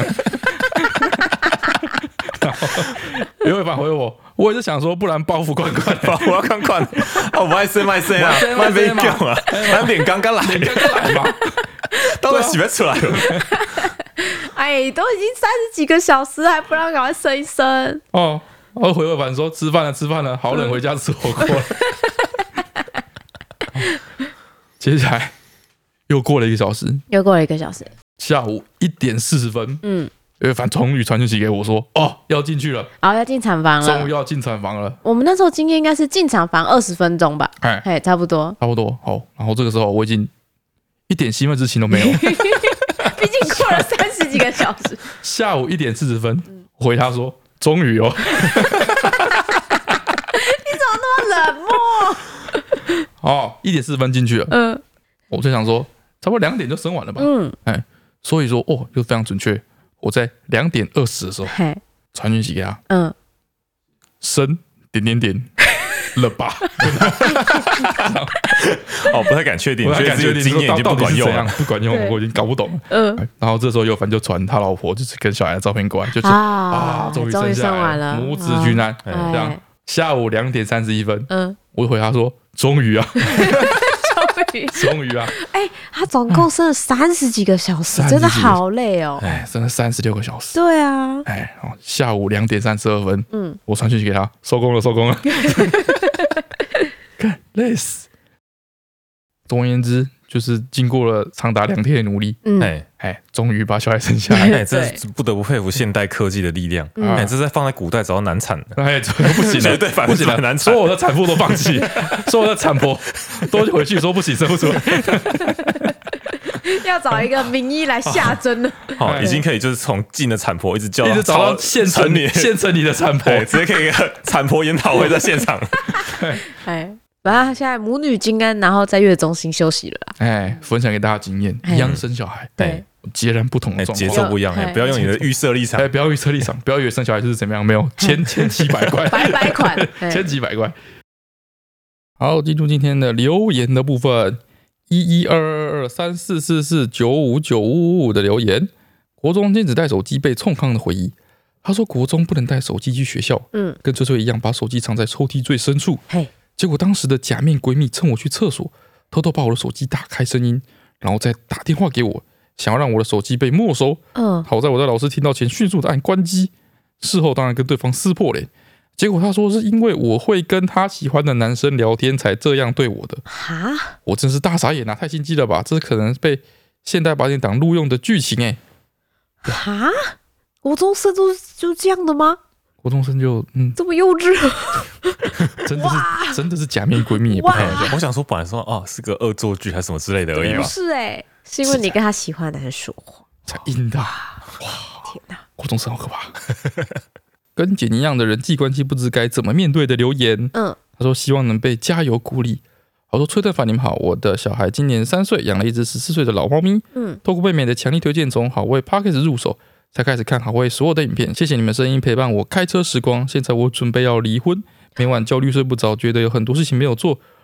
S2: 然后魏凡回我，我也是想说，不然包袱罐罐，
S3: 我要看罐，我不爱生卖生啊，卖飞掉啊，两点刚刚来，
S2: 刚刚来嘛，
S3: 都在洗不出来了。
S1: 哎，都已经三十几个小时，还不让赶快生一生
S2: 哦。我回魏凡说：“吃饭了，吃饭了，好冷，回家吃火锅了。”接下来又过了一个小时，
S1: 又过了一个小时，
S2: 下午一点四十分，嗯，岳凡终于传讯息给我说：“哦，要进去了，
S1: 哦，要进产房了，
S2: 中午要进产房了。”
S1: 我们那时候今天应该是进产房二十分钟吧？哎，哎，差不多，
S2: 差不多。好，然后这个时候我已经一点兴奋之情都没有，
S1: 毕竟过了三十几个小时。
S2: 下午一点四十分，我回他说：“终于哦。”
S1: 你怎么那么冷漠？
S2: 哦，一点四十分进去了，嗯，我就想说，差不多两点就生完了吧，嗯，哎，所以说，哦，又非常准确，我在两点二十的时候传讯息给他，嗯，生点点点了吧？
S3: 哦，不太敢确定，
S2: 不太敢确定，
S3: 经验已经不管用了，
S2: 不管用，我已经搞不懂了，嗯，然后这时候又凡就传他老婆就是跟小孩的照片过来，就是啊，终于生下来了，母子均安，这样。下午两点三十一分，嗯，我就回他说：“终于啊，
S1: 终于，
S2: 终于啊！”
S1: 哎，他总共生了三十几个小时，真的好累哦。
S2: 哎，生了三十六个小时。
S1: 对啊。
S2: 哎，下午两点三十二分，嗯，我传讯息给他，收工了，收工了。看，累死。总而言之，就是经过了长达两天的努力，嗯，哎哎，终于把小孩生下来。
S3: 哎，这不得不佩服现代科技的力量。哎，这在放在古代找到难产的，
S2: 哎，不行了，
S3: 对，
S2: 不行了，
S3: 难产。
S2: 所有的产妇都放弃，所有的产婆都回去说不行，生不出来。
S1: 要找一个名医来下针了。
S3: 好，已经可以就是从进的产婆一直叫，
S2: 一直找到现成你现成你的产婆，
S3: 直接可以一个产婆研讨会在现场。
S1: 哎。反正现在母女均安，然后在月子中心休息了啦。
S2: 哎，分享给大家经验，一样生小孩，对，截然不同的状况，
S3: 节奏不一样，哎，不要用你的预设立场，
S2: 哎，不要预设立场，不要以为生小孩就是怎么样，没有千千几百块，
S1: 百百款，
S2: 千几百块。好，进入今天的留言的部分，一一二二二三四四四九五九五五的留言，国中禁止带手机被冲康的回忆。他说国中不能带手机去学校，嗯，跟翠翠一样，把手机藏在抽屉最深处，嘿。结果当时的假面闺蜜趁我去厕所，偷偷把我的手机打开声音，然后再打电话给我，想要让我的手机被没收。嗯，好在我在老师听到前迅速的按关机。事后当然跟对方撕破脸，结果他说是因为我会跟他喜欢的男生聊天才这样对我的。哈，我真是大傻眼啊！太心机了吧？这是可能被现代八点档录用的剧情哎、
S1: 欸。哈，国中生都就这样的吗？
S2: 国中生就嗯
S1: 这么幼稚，
S2: 真的是真的是假面闺蜜也不太一样。
S3: 我想说本来说哦是个恶作剧还是什么之类的而已吧。
S1: 不是哎、欸，是因为你跟他喜欢的人说谎
S2: 才阴的。哇，
S1: 天哪，
S2: 国中生好可怕。跟简一样的人际关系不知该怎么面对的留言，嗯，他说希望能被加油鼓励。我说崔特凡你们好，我的小孩今年三岁，养了一只十四岁的老猫咪，嗯，透过妹妹的强力推荐，从好味 Podcast 入手。才开始看好味所有的影片，谢谢你们声音陪伴我开车时光。现在我准备要离婚，每晚焦虑睡不着，觉得有很多事情没有做。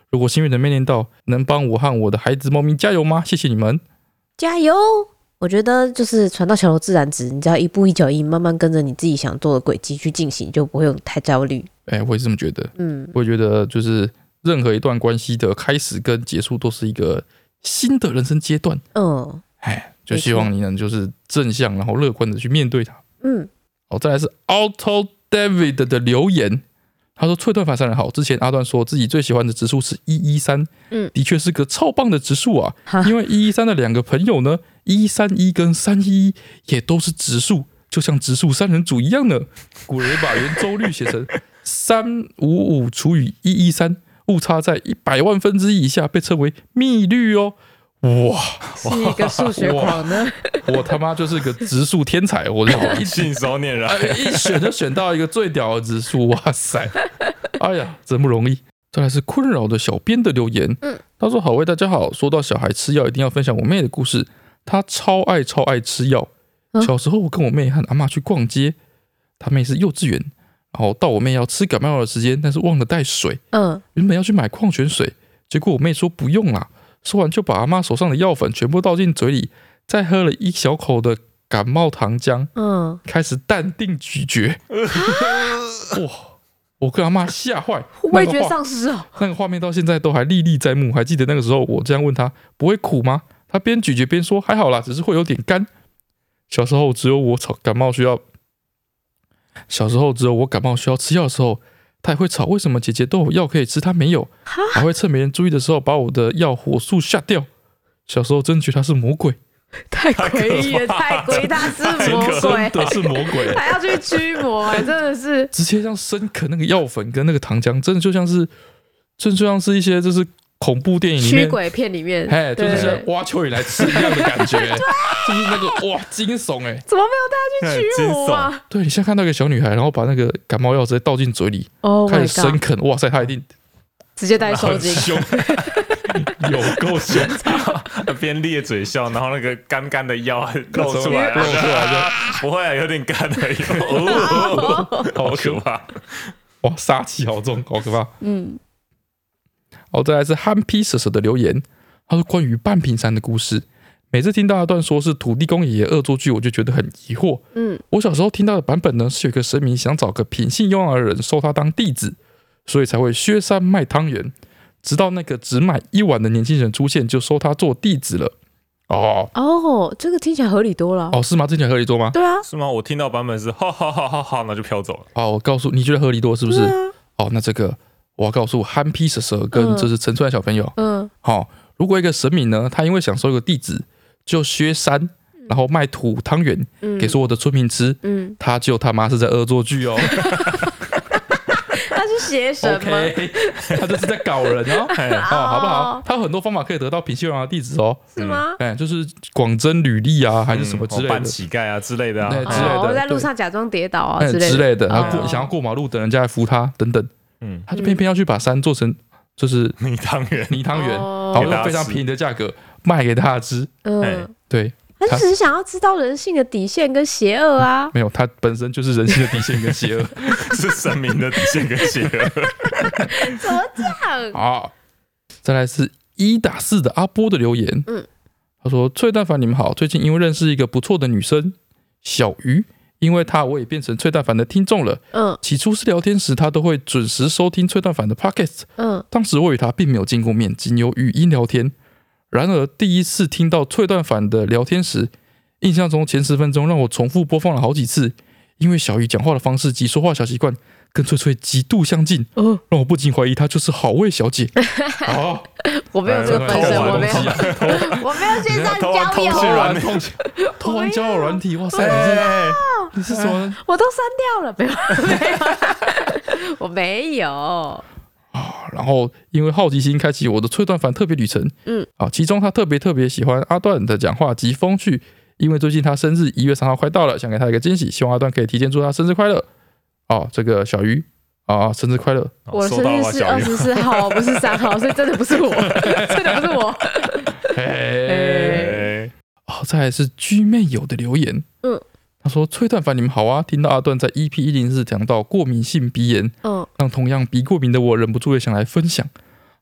S2: 如果幸运的没念到，能帮我和我的孩子猫咪加油吗？谢谢你们，
S1: 加油！我觉得就是船到桥头自然直，你只要一步一脚印，慢慢跟着你自己想做的轨迹去进行，就不会有太焦虑。
S2: 哎、欸，我也是这么觉得。嗯，我也觉得就是任何一段关系的开始跟结束都是一个新的人生阶段。嗯，哎，就希望你能就是正向，然后乐观的去面对它。嗯，好，再来是 Auto David 的留言。他说脆断反三人好，之前阿段说自己最喜欢的指数是一一三，嗯，的确是个超棒的指数啊，因为一一三的两个朋友呢，一三一跟三一一也都是指数，就像指数三人组一样呢。古人把圆周率写成三五五除以一一三，误差在一百万分之一以下被称为幂律哦。哇，
S1: 是一个数学狂呢！
S2: 我他妈就是个指数天才，我就
S3: 一信手拈来，
S2: 一选就选到一个最屌的指数，哇塞！哎呀，真不容易。再来是困扰的小编的留言，嗯，他说：“好喂，大家好。说到小孩吃药，一定要分享我妹的故事。她超爱超爱吃药。小时候我跟我妹和阿嬷去逛街，她妹是幼稚园，然后到我妹要吃感冒药的时间，但是忘了带水，嗯，原本要去买矿泉水，结果我妹说不用啦。”说完就把阿妈手上的药粉全部倒进嘴里，再喝了一小口的感冒糖浆，嗯，开始淡定咀嚼。哇！我跟阿妈吓坏，
S1: 味觉丧失哦。
S2: 那个画面到现在都还历历在目。还记得那个时候我这样问她，不会苦吗？她边咀嚼边说还好啦，只是会有点干。小时候只有我感冒需要，小时候只有我感冒需要吃药的时候。他也会吵，为什么姐姐都有药可以吃，他没有？还会趁没人注意的时候把我的药火速下掉。小时候真觉得他是魔鬼，
S1: 太诡异了，太诡异，他是魔鬼，
S2: 真的是魔鬼，
S1: 还要去驱魔，真的是
S2: 直接像生啃那个药粉跟那个糖浆，真的就像是，真的就像是一些就是恐怖电影里面
S1: 驱鬼片里面，
S2: 哎，就是像挖蚯蚓来吃一样的感觉，就是那个哇惊悚哎、欸，
S1: 怎么没有带他去驱魔啊？
S2: 对，你现在看到一个小女孩，然后把那个感冒药直接倒进嘴里， oh、开始生啃，哇塞，她一定
S1: 直接带受精，
S2: 有够凶，
S3: 边咧嘴笑，然后那个干干的药露出来，露出来就不会、啊，有点干而已，哦、好可怕，
S2: 哇，杀气好重，好可怕，嗯。好，再来是憨皮蛇蛇的留言，他说关于半屏山的故事。每次听到一段说是土地公爷爷恶作剧，我就觉得很疑惑。嗯，我小时候听到的版本呢，是有一个神明想找个品性优良的人收他当弟子，所以才会削山卖汤圆，直到那个只买一碗的年轻人出现，就收他做弟子了。哦
S1: 哦，这个听起来合理多了。
S2: 哦，是吗？听起来合理多吗？
S1: 对啊，
S3: 是吗？我听到版本是哈哈哈哈哈，那就飘走了。
S2: 好，我告诉你，觉得合理多是不是？啊、哦，那这个。我要告诉憨皮蛇蛇跟这是陈川小朋友，嗯，好、哦，如果一个神明呢，他因为想收一个弟子，就削山，然后卖土汤圆、嗯、给所有的村民吃，嗯，他就他妈是在恶作剧哦，
S1: 他是邪神吗？
S2: Okay, 他就是在搞人哦，哦，好不好？他有很多方法可以得到品性优良的弟子哦，
S1: 是吗？
S2: 哎、嗯，就是广征履历啊，还是什么之类的，
S3: 扮、嗯、乞丐啊之类的啊，
S2: 之类的，
S1: 我、哦、在路上假装跌倒啊之类的，
S2: 之类的，然后过、哦、想要过马路，等人家来扶他等等。嗯，他就偏偏要去把山做成就是
S3: 泥汤圆，
S2: 泥汤圆，好用非常便宜的价格卖给他吃。嗯，对，
S1: 他只是想要知道人性的底线跟邪恶啊。
S2: 没有，他本身就是人性的底线跟邪恶，
S3: 是神明的底线跟邪恶。
S1: 怎么这样？
S2: 好，再来是一打四的阿波的留言。嗯，他说：“翠蛋凡你们好，最近因为认识一个不错的女生小鱼。”因为他，我也变成翠蛋凡的听众了。嗯，起初是聊天时，他都会准时收听翠蛋凡的 podcast。嗯，当时我与他并没有见过面，仅有语音聊天。然而，第一次听到翠蛋凡的聊天时，印象中前十分钟让我重复播放了好几次，因为小鱼讲话的方式及说话小习惯跟翠翠极度相近，嗯，让我不禁怀疑她就是好味小姐。哦，
S1: 我没有这个本身，我没有，我没有线上交友，
S2: 偷玩交友软体，哇塞，你是你是什么？
S1: 我都删掉了，没有，没有，我没有。
S2: 啊，然后因为好奇心开启我的翠段凡特别旅程，嗯，啊，其中他特别特别喜欢阿段的讲话及风趣，因为最近他生日一月三号快到了，想给他一个惊喜，希望阿段可以提前祝他生日快乐。哦，这个小鱼啊，生日快乐！
S1: 我的生日是二十四号，不是三号，所以真的不是我，真的不是我。
S2: 嘿，好，再来是居妹友的留言，嗯。他说：“崔段凡，你们好啊！听到阿段在 E P 一零四讲到过敏性鼻炎，嗯，让同样鼻过敏的我忍不住也想来分享。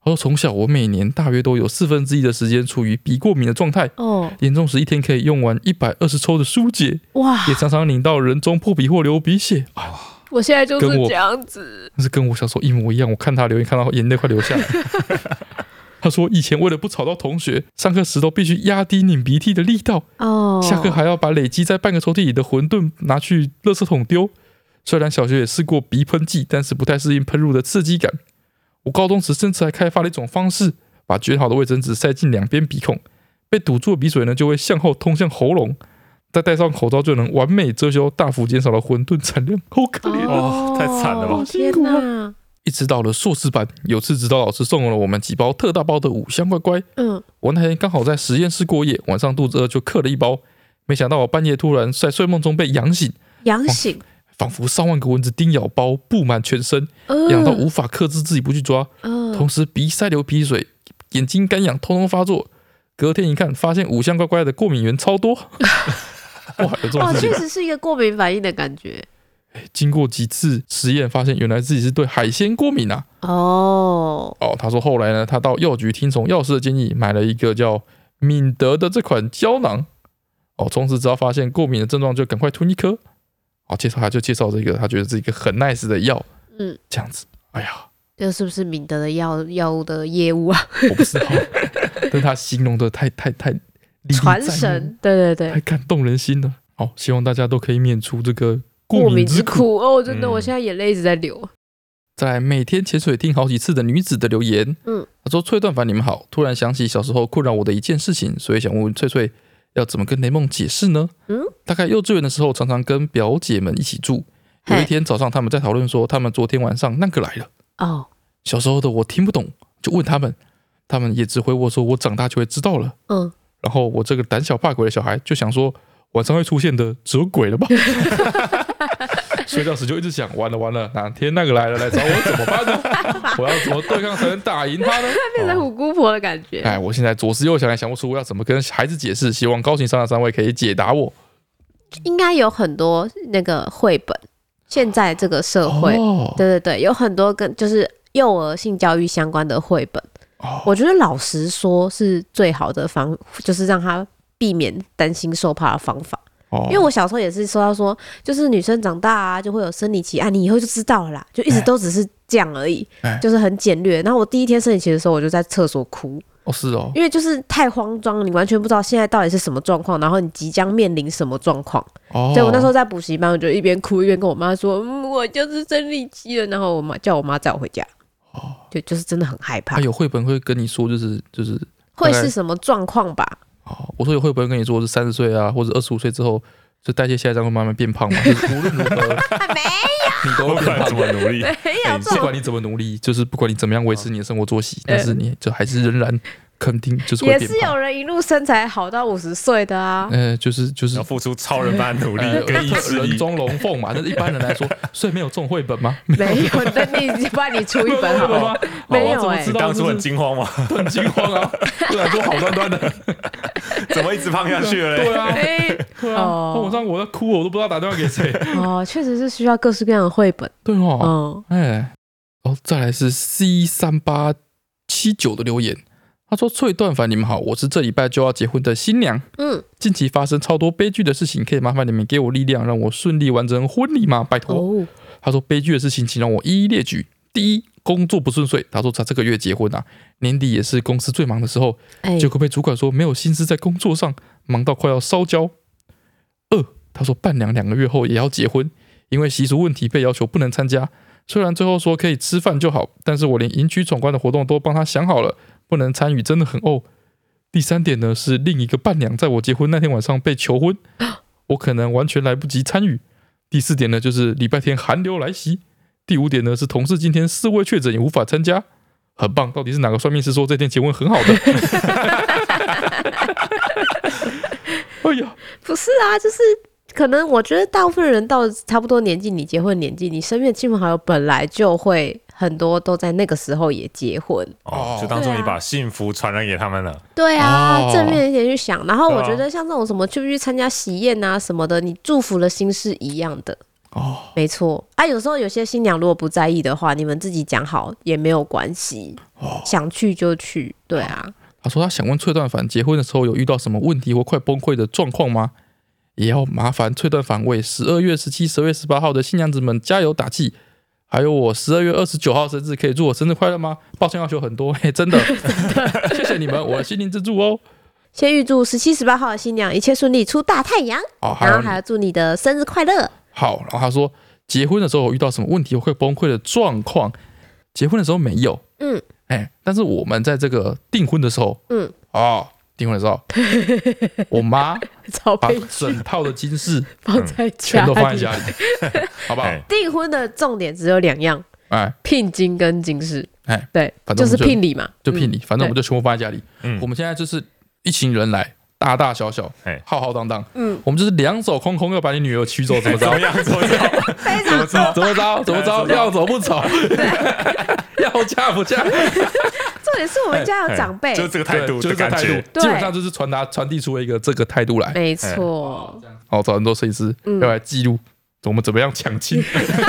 S2: 他说从小我每年大约都有四分之一的时间处于鼻过敏的状态，哦，严重时一天可以用完一百二十抽的舒解，哇，也常常拧到人中破皮或流鼻血。啊，
S1: 我现在就是这样子，
S2: 那是跟我小时候一模一样。我看他留言，看到眼泪快流下来。他说以前为了不吵到同学，上课时都必须压低拧鼻涕的力道，哦，下课还要把累积在半个抽屉里的馄饨拿去垃圾桶丢。虽然小学也试过鼻喷剂，但是不太适应喷入的刺激感。我高中时甚至还开发了一种方式，把卷好的卫生纸塞进两边鼻孔，被堵住的鼻水呢就会向后通向喉咙，再戴上口罩就能完美遮羞，大幅减少了馄饨产量。好可怜
S3: 哦，太惨了吧！
S1: 天哪！
S2: 一直到了硕士班，有次指导老师送了我们几包特大包的五香乖乖。嗯，我那天刚好在实验室过夜，晚上肚子饿就嗑了一包，没想到我半夜突然在睡梦中被痒醒，
S1: 痒醒。
S2: 仿佛上万个蚊子叮咬包布满全身，痒到无法克制自己不去抓，同时鼻塞流鼻水，眼睛干痒，通通发作。隔天一看，发现五香乖乖的过敏源超多。哇，有这种事情，
S1: 确实是一个过敏反应的感觉。
S2: 经过几次实验，发现原来自己是对海鲜过敏啊。哦哦，他说后来呢，他到药局听从药师的建议，买了一个叫敏德的这款胶囊。哦，从此只要发现过敏的症状，就赶快吞一颗。好，介绍他就介绍这个，他觉得是一个很 nice 的药，嗯，这样子，哎呀，
S1: 这是不是敏德的药药物的业务啊？
S2: 我不知道，但他形容的太太太
S1: 传神，对对对，
S2: 太感动人心了。好，希望大家都可以免除这个过敏之苦
S1: 哦！真的，我现在眼泪一直在流。
S2: 再来，每天潜水听好几次的女子的留言，嗯，她说：“翠段凡，你们好，突然想起小时候困扰我的一件事情，所以想问问翠翠。”要怎么跟雷梦解释呢？嗯，大概幼稚园的时候，常常跟表姐们一起住。有一天早上，他们在讨论说，他们昨天晚上那个来了。哦，小时候的我听不懂，就问他们，他们也只回我说，我长大就会知道了。嗯，然后我这个胆小怕鬼的小孩就想说，晚上会出现的只有鬼了吧？睡觉时就一直想，完了完了，哪天那个来了来找我怎么办呢？我要怎么对抗才能打赢他呢？
S1: 变成虎姑婆的感觉。
S2: 哎，我现在左思右想，也想不出我要怎么跟孩子解释。希望高情商的三位可以解答我。
S1: 应该有很多那个绘本，现在这个社会，哦、对对对，有很多跟就是幼儿性教育相关的绘本。哦、我觉得老实说是最好的方，就是让他避免担心受怕的方法。因为我小时候也是说到说，就是女生长大啊，就会有生理期啊，你以后就知道了啦，就一直都只是这样而已，欸、就是很简略。然后我第一天生理期的时候，我就在厕所哭。
S2: 哦，是哦，
S1: 因为就是太慌张，你完全不知道现在到底是什么状况，然后你即将面临什么状况。哦，所以我那时候在补习班，我就一边哭一边跟我妈说，嗯，我就是生理期了。然后我妈叫我妈载我回家。哦，就就是真的很害怕。
S2: 啊、有绘本会跟你说，就是就是
S1: 会是什么状况吧？
S2: 哦，我说有会不会跟你说是三十岁啊，或者二十五岁之后，就代谢下降会慢慢变胖嘛？就是无论如何，
S1: 没有，
S2: 你都会变胖，
S3: 怎么努力？
S1: 没有，
S2: 不管你怎么努力，就是不管你怎么样维持你的生活作息，但是你就还是仍然肯定就是会变胖。
S1: 也是有人一路身材好到五十岁的啊。
S2: 呃，就是就是
S3: 要付出超人般努力，跟意志力，
S2: 人中龙凤嘛。但是一般人来说，所以没有这种绘本吗？
S1: 没有，那你不然你出一本好吗？没有哎，
S3: 你当初很惊慌吗？
S2: 很惊慌啊！不然说好端端的。
S3: 怎么一直胖下去了嘞？
S2: 对啊，对啊，晚上我在哭，我都不知道打电话给谁。
S1: 哦，确实是需要各式各样的绘本。
S2: 对哦，哎、嗯，哦，再来是 C 三八七九的留言，他说：“翠段凡，你们好，我是这礼拜就要结婚的新娘。嗯，近期发生超多悲剧的事情，可以麻烦你们给我力量，让我顺利完成婚礼吗？拜托。哦”他说：“悲剧的事情，请让我一一列举。第一，工作不顺遂。他说他这个月结婚啊，年底也是公司最忙的时候，欸、结果被主管说没有心思在工作上，忙到快要烧焦。二，他说伴娘两个月后也要结婚，因为习俗问题被要求不能参加。虽然最后说可以吃饭就好，但是我连迎娶闯关的活动都帮他想好了，不能参与真的很怄。第三点呢，是另一个伴娘在我结婚那天晚上被求婚，我可能完全来不及参与。第四点呢，就是礼拜天寒流来袭。第五点呢，是同事今天四位确诊也无法参加，很棒。到底是哪个算命师说这天结婚很好的？哎呀，
S1: 不是啊，就是可能我觉得大部分人到差不多年纪，你结婚年纪，你身边的亲朋好友本来就会很多都在那个时候也结婚，
S3: 哦，就当做你把幸福传染给他们了。
S1: 对啊，哦、正面一点去想。然后我觉得像这种什么去不去参加喜宴啊什么的，你祝福的心是一样的。 哦，没错啊。有时候有些新娘如果不在意的话，你们自己讲好也没有关系。哦，想去就去，对啊。
S2: 他说他想问翠段凡，结婚的时候有遇到什么问题或快崩溃的状况吗？也要麻烦翠段凡为十二月十七、十二月十八号的新娘子们加油打气。还有我十二月二十九号生日，可以祝我生日快乐吗？抱歉要求很多，嘿，真的，谢谢你们，我的心灵支柱哦。
S1: 先预祝十七、十八号的新娘一切顺利，出大太阳。哦，然后还要祝你的生日快乐。
S2: 好，然后他说结婚的时候有遇到什么问题会崩溃的状况？结婚的时候没有，嗯，哎，但是我们在这个订婚的时候，嗯，哦。订婚的时候，我妈把整套的金饰
S1: 放在家里，
S2: 全都放在家里，好不好？
S1: 订婚的重点只有两样，哎，聘金跟金饰，哎，对，
S2: 反正
S1: 就是聘礼嘛，
S2: 就聘礼，反正我们就全部放在家里。嗯，我们现在就是一群人来，大大小小，浩浩荡荡，嗯，我们就是两手空空要把你女儿娶走，怎么着？
S3: 怎么样？怎么着？
S1: 怎么
S2: 着？怎么着？怎么着？要走不走？要嫁不嫁？
S1: 重点是我们家有长辈，
S3: 就是这个态度，就是这个态度，
S2: 基本上就是传达传递出了一个这个态度来。
S1: 没错。
S2: 好，找很多摄影师要来记录我们怎么样抢亲。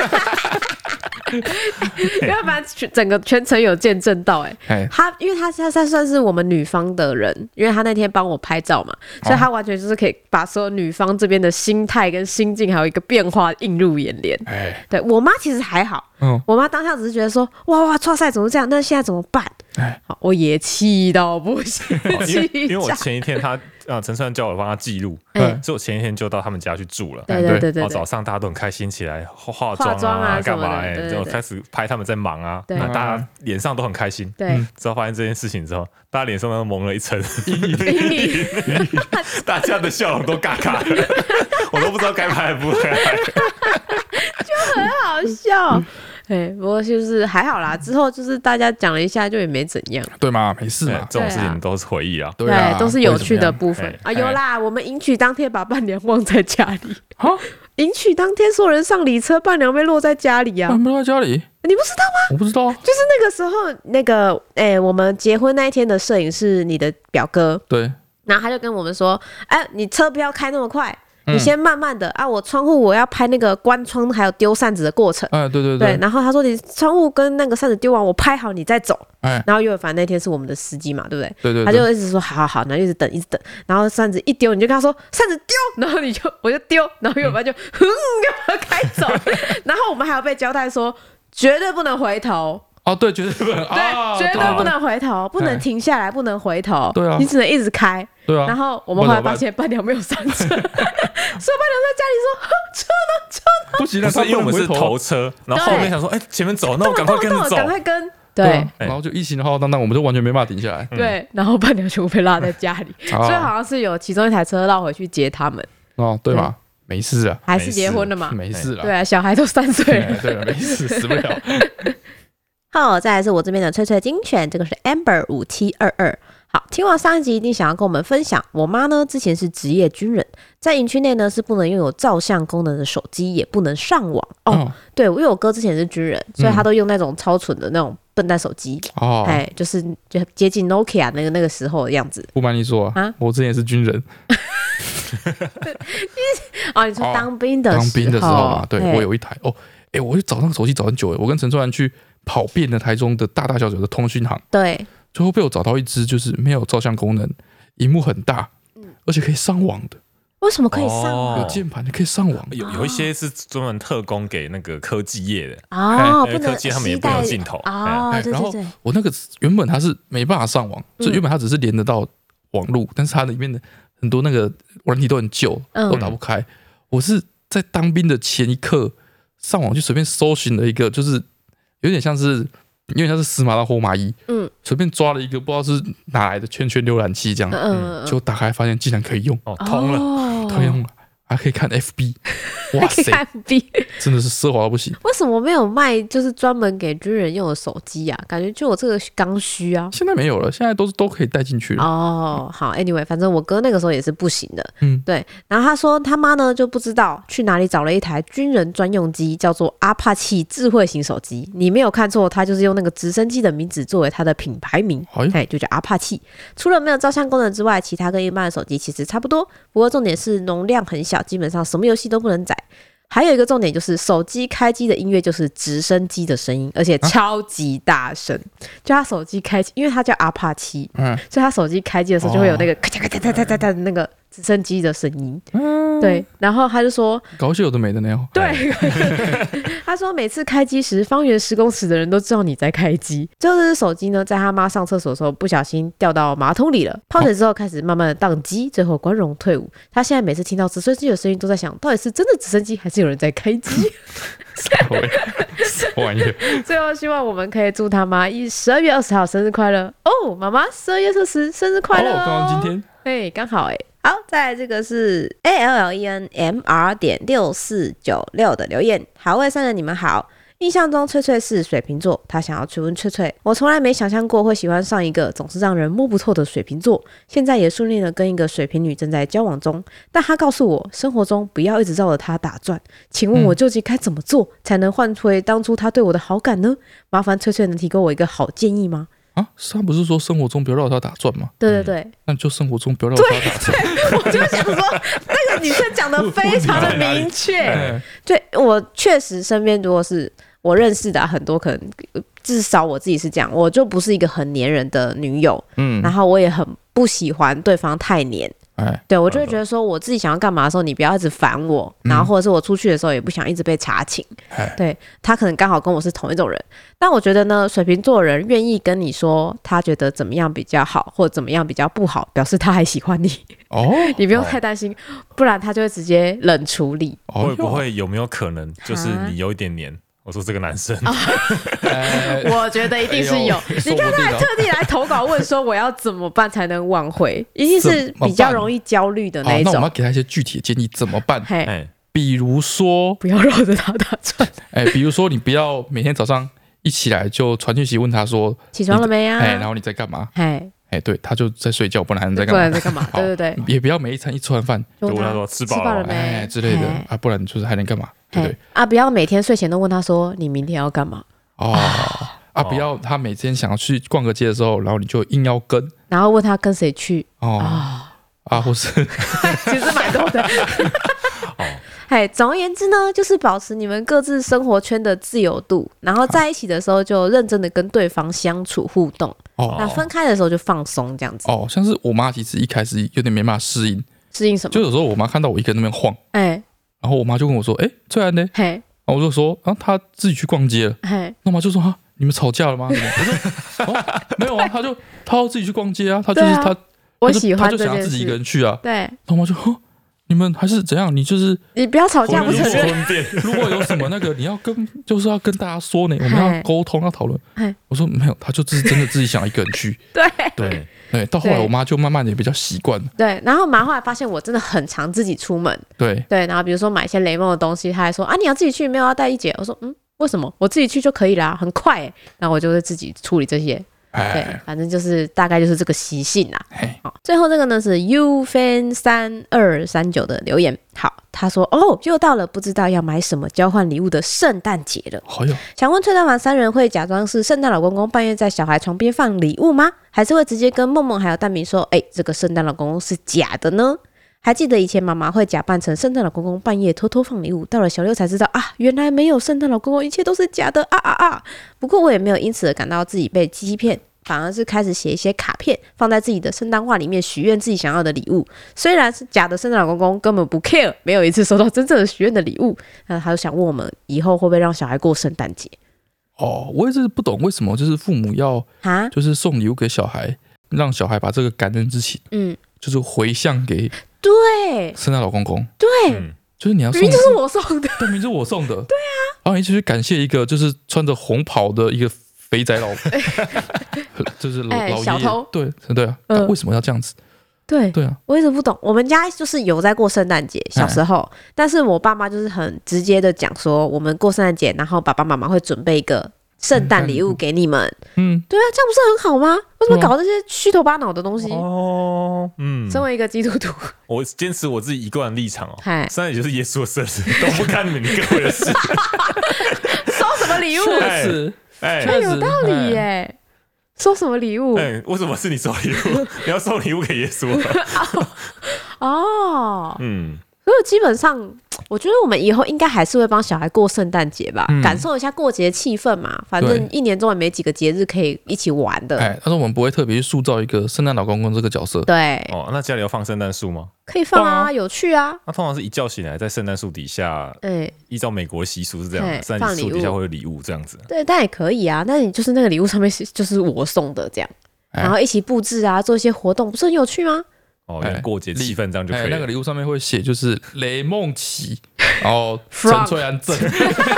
S1: 要不然整个全程有见证到哎、欸，他因为他他他算是我们女方的人，因为他那天帮我拍照嘛，所以他完全就是可以把所有女方这边的心态跟心境还有一个变化映入眼帘。哎，对我妈其实还好，嗯，我妈当下只是觉得说，哇哇，剉赛怎么这样？那现在怎么办？哎，我也气到不行，
S3: 因为因为我前一天他啊陈川叫我帮他记录，嗯，所以我前一天就到他们家去住了，
S1: 对对对对，
S3: 然后早上大家都很开心起来化妆啊干嘛哎，就开始拍他们在忙啊，那大家脸上都很开心，
S1: 对，
S3: 之后发现这件事情之后，大家脸上都蒙了一层阴影，大家的笑容都尬尬的，我都不知道该拍还不拍，
S1: 就很好笑。哎，不过就是还好啦，之后就是大家讲了一下，就也没怎样，
S2: 对吗？没事嘛，
S3: 这种事情都是回忆啊，
S1: 对啊，都是有趣的部分啊。有啦，我们迎娶当天把伴娘忘在家里，啊，迎娶当天所有人上礼车，伴娘被落在家里啊，
S2: 伴娘落在家里，
S1: 你不知道吗？
S2: 我不知道，
S1: 就是那个时候，那个哎，我们结婚那一天的摄影是你的表哥，
S2: 对，
S1: 然后他就跟我们说，哎，你车不要开那么快。你先慢慢的啊！我窗户我要拍那个关窗还有丢扇子的过程。
S2: 哎，对对
S1: 对。然后他说你窗户跟那个扇子丢完，我拍好你再走。哎。然后岳凡那天是我们的司机嘛，对不对？
S2: 对对。
S1: 他就一直说好好好，然后一直等一直等，然后扇子一丢，你就跟他说扇子丢，然后你就我就丢，然后岳凡就哼要开走，然后我们还要被交代说绝对不能回头。
S2: 哦，对，绝对不能，
S1: 对，绝对不能回头，不能停下来，不能回头。
S2: 对啊，
S1: 你只能一直开。
S2: 对啊。
S1: 然后我们后来发现伴娘没有上车，所以伴娘在家里说车呢车呢。
S2: 不行，那
S3: 是因为我们是头车，然后后面想说，哎，前面走，那我赶快跟着走，
S1: 赶快跟。对，
S2: 然后就一行浩浩荡荡，我们就完全没办法停下来。
S1: 对，然后伴娘全部被落在家里，所以好像是有其中一台车绕回去接他们。
S2: 哦，对嘛，没事啊，
S1: 还是结婚了嘛，
S2: 没事了。
S1: 对啊，小孩都三岁了，
S2: 对了，没事，死不了。
S1: 好，再来是我这边的翠翠精选，这个是 Amber 五七二二。好，听完上一集一定想要跟我们分享，我妈呢之前是职业军人，在营区内呢是不能拥有照相功能的手机，也不能上网哦。哦对，因为我哥之前是军人，所以他都用那种超蠢的那种笨蛋手机，哦，哎，就是就接近 Nokia 那个那个时候的样子。
S2: 不瞒你说啊，我之前也是军人。
S1: 哦，你说当兵的时候，
S2: 当兵的时候啊，对我有一台哦，哎，我就找那个手机找很久，哎，我跟陈川去跑遍了台中的大大小小的通讯行，
S1: 对，
S2: 最后被我找到一支就是没有照相功能，萤幕很大，嗯，而且可以上网的。
S1: 为什么可以上网？
S2: 有键盘的可以上网，
S3: 有有一些是专门特供给那个科技业的
S1: 哦，
S3: 科技他们也不能有镜头
S1: 哦。
S2: 然后我那个原本它是没办法上网，所以原本它只是连得到网路，但是它里面的很多那个软体都很旧，都打不开。我是在当兵的前一刻上网去随便搜寻了一个，就是有点像是。有点像是死马当活马医，嗯，随便抓了一个不知道是哪来的圈圈浏览器，这样，嗯，就打开发现竟然可以用，
S3: 哦，通了，
S2: 通用了，还可以看 F B， 哇塞
S1: ，F B
S2: 真的是奢华到不行。
S1: 为什么没有卖就是专门给军人用的手机啊？感觉就有这个刚需啊。
S2: 现在没有了，现在都是都可以带进去了。
S1: 哦，好 ，Anyway， 反正我哥那个时候也是不行的，嗯，对。然后他说他妈呢就不知道去哪里找了一台军人专用机，叫做阿帕奇智慧型手机。你没有看错，他就是用那个直升机的名字作为他的品牌名，哎，就叫阿帕奇。除了没有照相功能之外，其他跟一般的手机其实差不多。不过重点是容量很小，基本上什么游戏都不能载。 还有一个重点就是手机开机的音乐就是直升机的声音，而且超级大声。啊、就他手机开机，因为他叫阿帕奇，嗯，所以他手机开机的时候就会有那个咔嚓咔嚓咔嚓咔嚓的那个直升机的声音。嗯，对。然后他就说，
S2: 搞些有的没的那样。
S1: 对，他说每次开机时，方圆十公尺的人都知道你在开机。最后这只手机呢，在他妈上厕所的时候不小心掉到马桶里了，泡水之后开始慢慢的宕机，最后关容退伍。他现在每次听到直升机的声音，都在想到底是真的直升机还是有人在开机。
S2: 什么玩意儿？
S1: 最后希望我们可以祝他妈十二月二十号生日快乐哦！妈妈十二月二十生日快乐哦！
S2: 刚刚今天
S1: 哎，刚好哎。好，再来这个是 A L L E N M R 点六四九六的留言。好，魏三人你们好。印象中翠翠是水瓶座，他想要去问翠翠，我从来没想象过会喜欢上一个总是让人摸不透的水瓶座，现在也顺利的跟一个水瓶女正在交往中，但他告诉我生活中不要一直绕着他打转，请问我究竟该怎么做才能换回当初他对我的好感呢？麻烦翠翠能提供我一个好建议吗？
S2: 啊，他不是说生活中不要绕他打转吗？
S1: 对对对，嗯、
S2: 那就生活中不要绕他打转。
S1: 对，我就想说，那个女生讲的非常的明确。对，我确实身边如果是我认识的、啊、很多，可能至少我自己是这样，我就不是一个很黏人的女友，嗯，然后我也很不喜欢对方太黏。哎，对我就会觉得说，我自己想要干嘛的时候，你不要一直烦我，嗯、然后或者是我出去的时候也不想一直被查寝。对，他可能刚好跟我是同一种人，但我觉得呢，水瓶座人愿意跟你说他觉得怎么样比较好，或者怎么样比较不好，表示他还喜欢你。哦，你不用太担心，哦、不然他就会直接冷处理。
S3: 会不会有没有可能就是你有一点黏？我说这个男生、哦
S1: 我觉得一定是有、哎、你看他还特地来投稿问说我要怎么办才能挽回，一定是比较容易焦虑的那一种。
S2: 那我们要给他一些具体的建议怎么办？比如说
S1: 不要绕着他打转、
S2: 哎、比如说你不要每天早上一起来就传讯息问他说
S1: 起床了没啊、
S2: 哎、然后你在干嘛？哎哎，对，他就在睡觉，不然在干嘛？
S1: 不然在干嘛？对对对，
S2: 也不要每一餐一吃完饭
S3: 就问他说吃饱了没、
S2: 哎、之类的啊，不然就是还能干嘛？对不对？
S1: 啊，不要每天睡前都问他说你明天要干嘛？
S2: 哦啊，不要他每天想要去逛个街的时候，然后你就硬要跟，
S1: 然后问他跟谁去
S2: 哦啊啊，或是
S1: 其实蛮多的。哦，嘿，总而言之呢，就是保持你们各自生活圈的自由度，然后在一起的时候就认真的跟对方相处互动。哦，那分开的时候就放松这样子。
S2: 哦，像是我妈其实一开始有点没办法适应，
S1: 适应什么？
S2: 就有时候我妈看到我一个人那边晃，哎、欸，然后我妈就跟我说：“哎、欸，翠安呢？”嘿，然后我就说：“啊，她自己去逛街了。”嘿，那我妈就说：“哈，你们吵架了吗？”我说：“哦，没有啊，她就她要自己去逛街啊，她就是她、啊，
S1: 我喜欢
S2: 她就想要自己一个人去啊。”
S1: 对，
S2: 然后我妈就哼。你们还是怎样？你就是
S1: 你不要吵架，不承认。
S2: 如果有什么那个，你要跟就是要跟大家说呢，我们要沟通，要讨论。我说没有，他就只是真的自己想一个人去。
S1: 对
S2: 对对，到后来我妈就慢慢的也比较习惯了。
S1: 对，然后妈后来发现我真的很常自己出门。对对，然后比如说买一些雷梦的东西，她还说啊，你要自己去，没有要带一姐。我说嗯，为什么？我自己去就可以啦，很快欸。然后我就会自己处理这些。对，反正就是大概就是这个习性啦。好，最后这个呢是 ufan 三二三九的留言。好，他说哦，又到了不知道要买什么交换礼物的圣诞节了。
S2: 好哟，
S1: 想问翠蛋丸三人会假装是圣诞老公公，半夜在小孩床边放礼物吗？还是会直接跟梦梦还有蛋明说，哎、欸，这个圣诞老公公是假的呢？还记得以前妈妈会假扮成圣诞老公公，半夜偷偷放礼物，到了小六才知道啊，原来没有圣诞老公公，一切都是假的啊啊啊！不过我也没有因此而感到自己被欺骗，反而是开始写一些卡片，放在自己的圣诞袜里面，许愿自己想要的礼物。虽然是假的圣诞老公公根本不 care， 没有一次收到真正的许愿的礼物，那他就想问我们以后会不会让小孩过圣诞节？
S2: 哦，我一直不懂为什么就是父母要就是送礼物给小孩，让小孩把这个感恩之情，嗯，就是回向给。
S1: 对，
S2: 圣诞老公公，
S1: 对、
S2: 嗯，就是你要送，
S1: 明明就是我送的，
S2: 对，明明就是我送的，对
S1: 啊，
S2: 然后你就去感谢一个就是穿着红袍的一个肥仔老，就是老、欸、老爷爷，对对啊，呃、为什么要这样子？
S1: 对
S2: 对啊，
S1: 我一直不懂。我们家就是有在过圣诞节，小时候，但是我爸妈就是很直接的讲说，我们过圣诞节，然后爸爸妈妈会准备一个圣诞礼物给你们，嗯，对啊，这样不是很好吗？为什么搞这些虚头巴脑的东西？哦，嗯，身为一个基督徒，
S3: 我坚持我自己一贯的立场哦，圣诞节就是耶稣的生日，都不干你们各位的事。
S1: 收什么礼物？
S2: 确实，
S1: 哎，有道理耶。收什么礼物？
S3: 哎，为什么是你收礼物？你要送礼物给耶稣啊？
S1: 哦，嗯，所以基本上我觉得我们以后应该还是会帮小孩过圣诞节吧，嗯、感受一下过节气氛嘛。反正一年中也没几个节日可以一起玩的。
S2: 哎，但是我们不会特别去塑造一个圣诞老公公这个角色。
S1: 对。
S3: 哦，那家里要放圣诞树吗？
S1: 可以放啊，啊有趣啊。
S3: 那通常是一觉醒来，在圣诞树底下，哎，依照美国习俗是这样，圣诞树底下会有礼物这样子。
S1: 对，但也可以啊。但你就是那个礼物上面就是我送的这样，哎、然后一起布置啊，做一些活动，不是很有趣吗？
S3: 哦，过节气氛这样就可以了。
S2: 那个礼物上面会写就是雷梦琪，然后陈翠安正，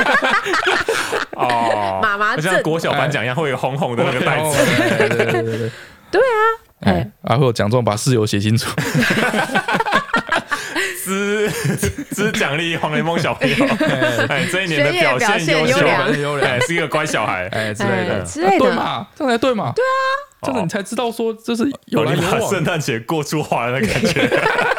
S1: 哦，妈妈正，
S3: 像国小颁奖一样，会有红红的那个袋子。
S2: 对对对对
S1: 对啊，
S2: 哎，还会有奖状，把室友写清楚。
S3: 之之奖励黄雷梦小朋友，哎，这一年的表现优秀，哎，是一个乖小孩，
S2: 哎之类的，
S1: 之类的，
S2: 对嘛，这样才对嘛，
S1: 对啊。
S2: 这个你才知道说这是有来有往，
S3: 圣诞节过出花的感觉。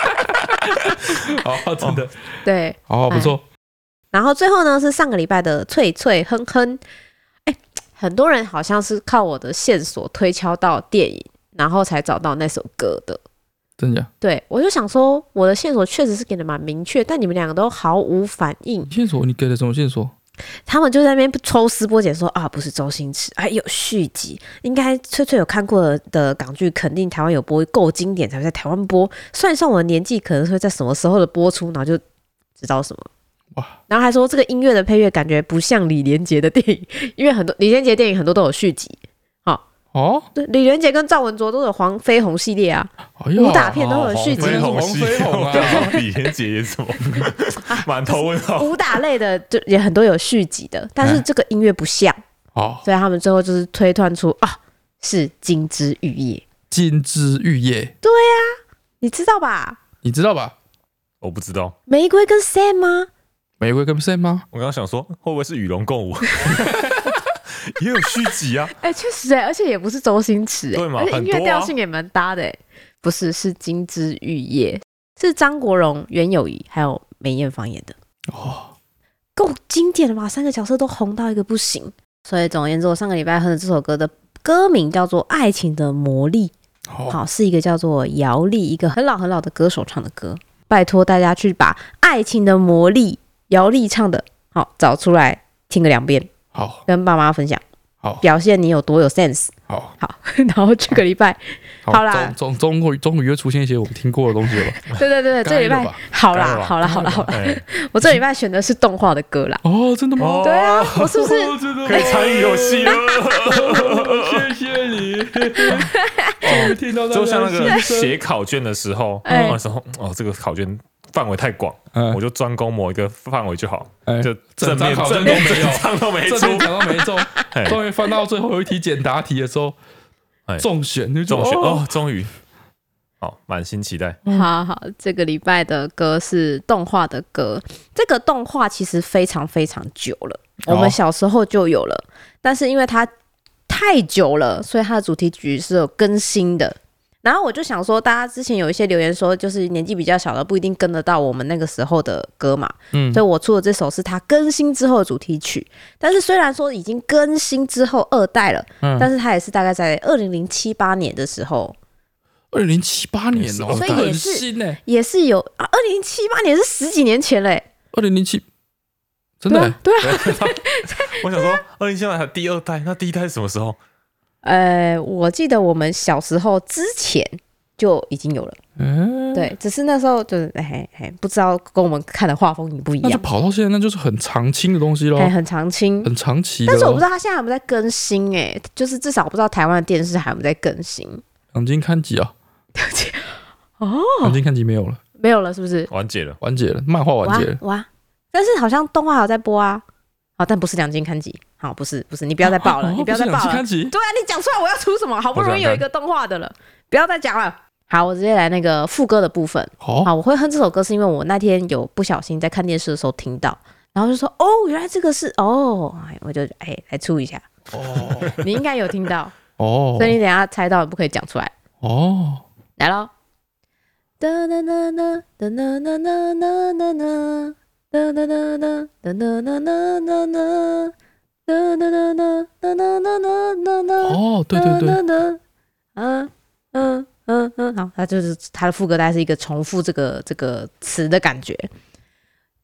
S2: 好，真的
S1: 对，
S2: 好不错。
S1: 然后最后呢是上个礼拜的脆脆哼哼，哎，很多人好像是靠我的线索推敲到电影，然后才找到那首歌的。
S2: 真的？
S1: 对，我就想说我的线索确实是给的蛮明确，但你们两个都毫无反应。
S2: 线索？你给了什么线索？
S1: 他们就在那边抽丝剥茧说啊，不是周星驰，还有续集，应该翠翠有看过的港剧，肯定台湾有播，够经典才会在台湾播。算一算我的年纪，可能会在什么时候的播出，然后就知道什么。哇！然后还说这个音乐的配乐感觉不像李连杰的电影，因为很多李连杰电影很多都有续集。
S2: 哦，
S1: 对，李连杰跟赵文卓都有黄飞鸿系列啊，哎、武打片都有续集。
S2: 黄飞鸿啊，
S3: 李连杰也什么满头问号。
S1: 武打类的就也很多有续集的，但是这个音乐不像哦，所以他们最后就是推断出啊是金枝玉叶。
S2: 金枝玉叶，
S1: 对呀、啊，你知道吧？
S2: 你知道吧？
S3: 我不知道。
S1: 玫瑰跟 Sam 吗？
S2: 玫瑰跟 Sam 吗？
S3: 我刚刚想说，会不会是与龙共舞？也有续集啊！
S1: 哎、欸，确实哎、欸，而且也不是周星驰哎、欸，
S3: 对嘛？
S1: 而且音乐调性也蛮搭的哎、欸，不是，是金枝玉叶，是张国荣、袁咏仪还有梅艳芳演的哦，够经典了嘛，三个角色都红到一个不行。所以总而言之，我上个礼拜哼的这首歌的歌名叫做《爱情的魔力》，哦、好，是一个叫做姚丽，一个很老很老的歌手唱的歌。拜托大家去把《爱情的魔力》姚丽唱的好找出来听个两遍。
S2: 好，
S1: 跟爸妈分享，
S2: 好，
S1: 表现你有多有 sense。
S2: 好，
S1: 好，然后这个礼拜，好, 好啦，
S2: 终终终终于会出现一些我们听过的东西了吧？
S1: 对对对，这个礼拜好啦，好啦，好啦，好啦。我这礼拜选的是动画的歌啦。
S2: 哦，真的吗？
S1: 对啊，我是不是
S3: 可以参与游戏了？
S2: 谢谢你。终于听到，
S3: 就像那个写考卷的时候，那时候哦，这个考卷范围太广，嗯、我就专攻某一个范围就好，欸、就正面正面整张都没出，
S2: 正面都没中。终于翻到最后一题简答题的时候，中选就
S3: 中选哦，终于，好，满心期待。
S1: 好好，这个礼拜的歌是动画的歌，这个动画其实非常非常久了，我们小时候就有了，但是因为它太久了，所以它的主题曲是有更新的。然后我就想说，大家之前有一些留言说，就是年纪比较小的不一定跟得到我们那个时候的歌嘛，嗯，所以我出的这首是它更新之后的主题曲。但是虽然说已经更新之后二代了，嗯，但是它也是大概在二零零七八年的时候，
S2: 二零零七八年哦，
S1: 所以也是
S2: 新欸
S1: 也是有啊，二零七八年是十几年前嘞，
S2: 二零零七真的
S1: 对啊，对啊
S3: 我想说二零七八还有第二代，那第一代是什么时候？
S1: 呃，我记得我们小时候之前就已经有了，嗯，对，只是那时候就是嘿嘿，不知道跟我们看的画风也不一样，
S2: 那就跑到现在，那就是很长青的东西咯，
S1: 很长青，
S2: 很长期的。
S1: 但是我不知道他现在有没有在更新，哎，就是至少我不知道台湾的电视还有没有在更新。
S2: 两金看集啊，
S1: 哦，
S2: 两金看集没有了，
S1: 没有了，是不是？
S3: 完结了，
S2: 完结了，漫画完结了，
S1: 哇！但是好像动画还有在播啊。好，但不是两金看集，好，不是不是，你不要再爆了，
S2: 哦、
S1: 你不要再爆了。
S2: 对啊，
S1: 你讲出来我要出什么？好不容易有一个动画的了，不要再讲了。好，我直接来那个副歌的部分。哦、好，我会哼这首歌是因为我那天有不小心在看电视的时候听到，然后就说哦，原来这个是哦，我就哎来出一下。哦，你应该有听到哦，所以你等一下猜到，你不可以讲出来哦。来咯。哒哒哒哒哒哒哒哒哒哒。哒哒哒哒哒哒哒哒哒哒哒哒哒哒哒哒哒
S2: 哦，对对对，
S1: 嗯嗯嗯嗯，好，它就是它的副歌，大概是一个重复这个这个词的感觉。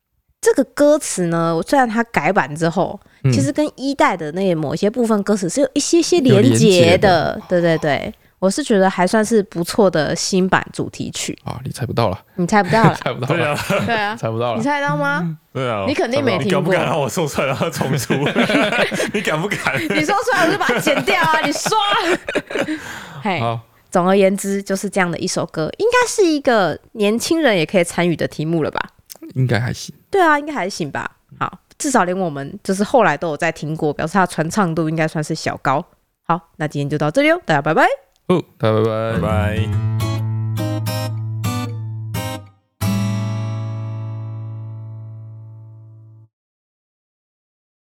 S4: 这个歌词呢，虽然它改版之后，嗯、其实跟一代的那某一些部分歌词是有一些些连结的，对对对。我是觉得还算是不错的新版主题曲
S2: 啊！你猜不到了，
S4: 你猜不到了，
S2: 猜不到了，
S4: 对啊，
S2: 猜不到了，
S4: 你猜得到吗？
S3: 对啊，
S4: 你肯定没听过。
S3: 你敢不敢让我说出来让它重出？你敢不敢？
S4: 你说出来我就把它剪掉啊！你说。嘿，总而言之就是这样的一首歌，应该是一个年轻人也可以参与的题目了吧？
S2: 应该还行。
S4: 对啊，应该还行吧。好，至少连我们就是后来都有在听过，表示它的传唱度应该算是小高。好，那今天就到这里哦，大家拜拜。
S2: 哦，大家拜
S3: 拜拜。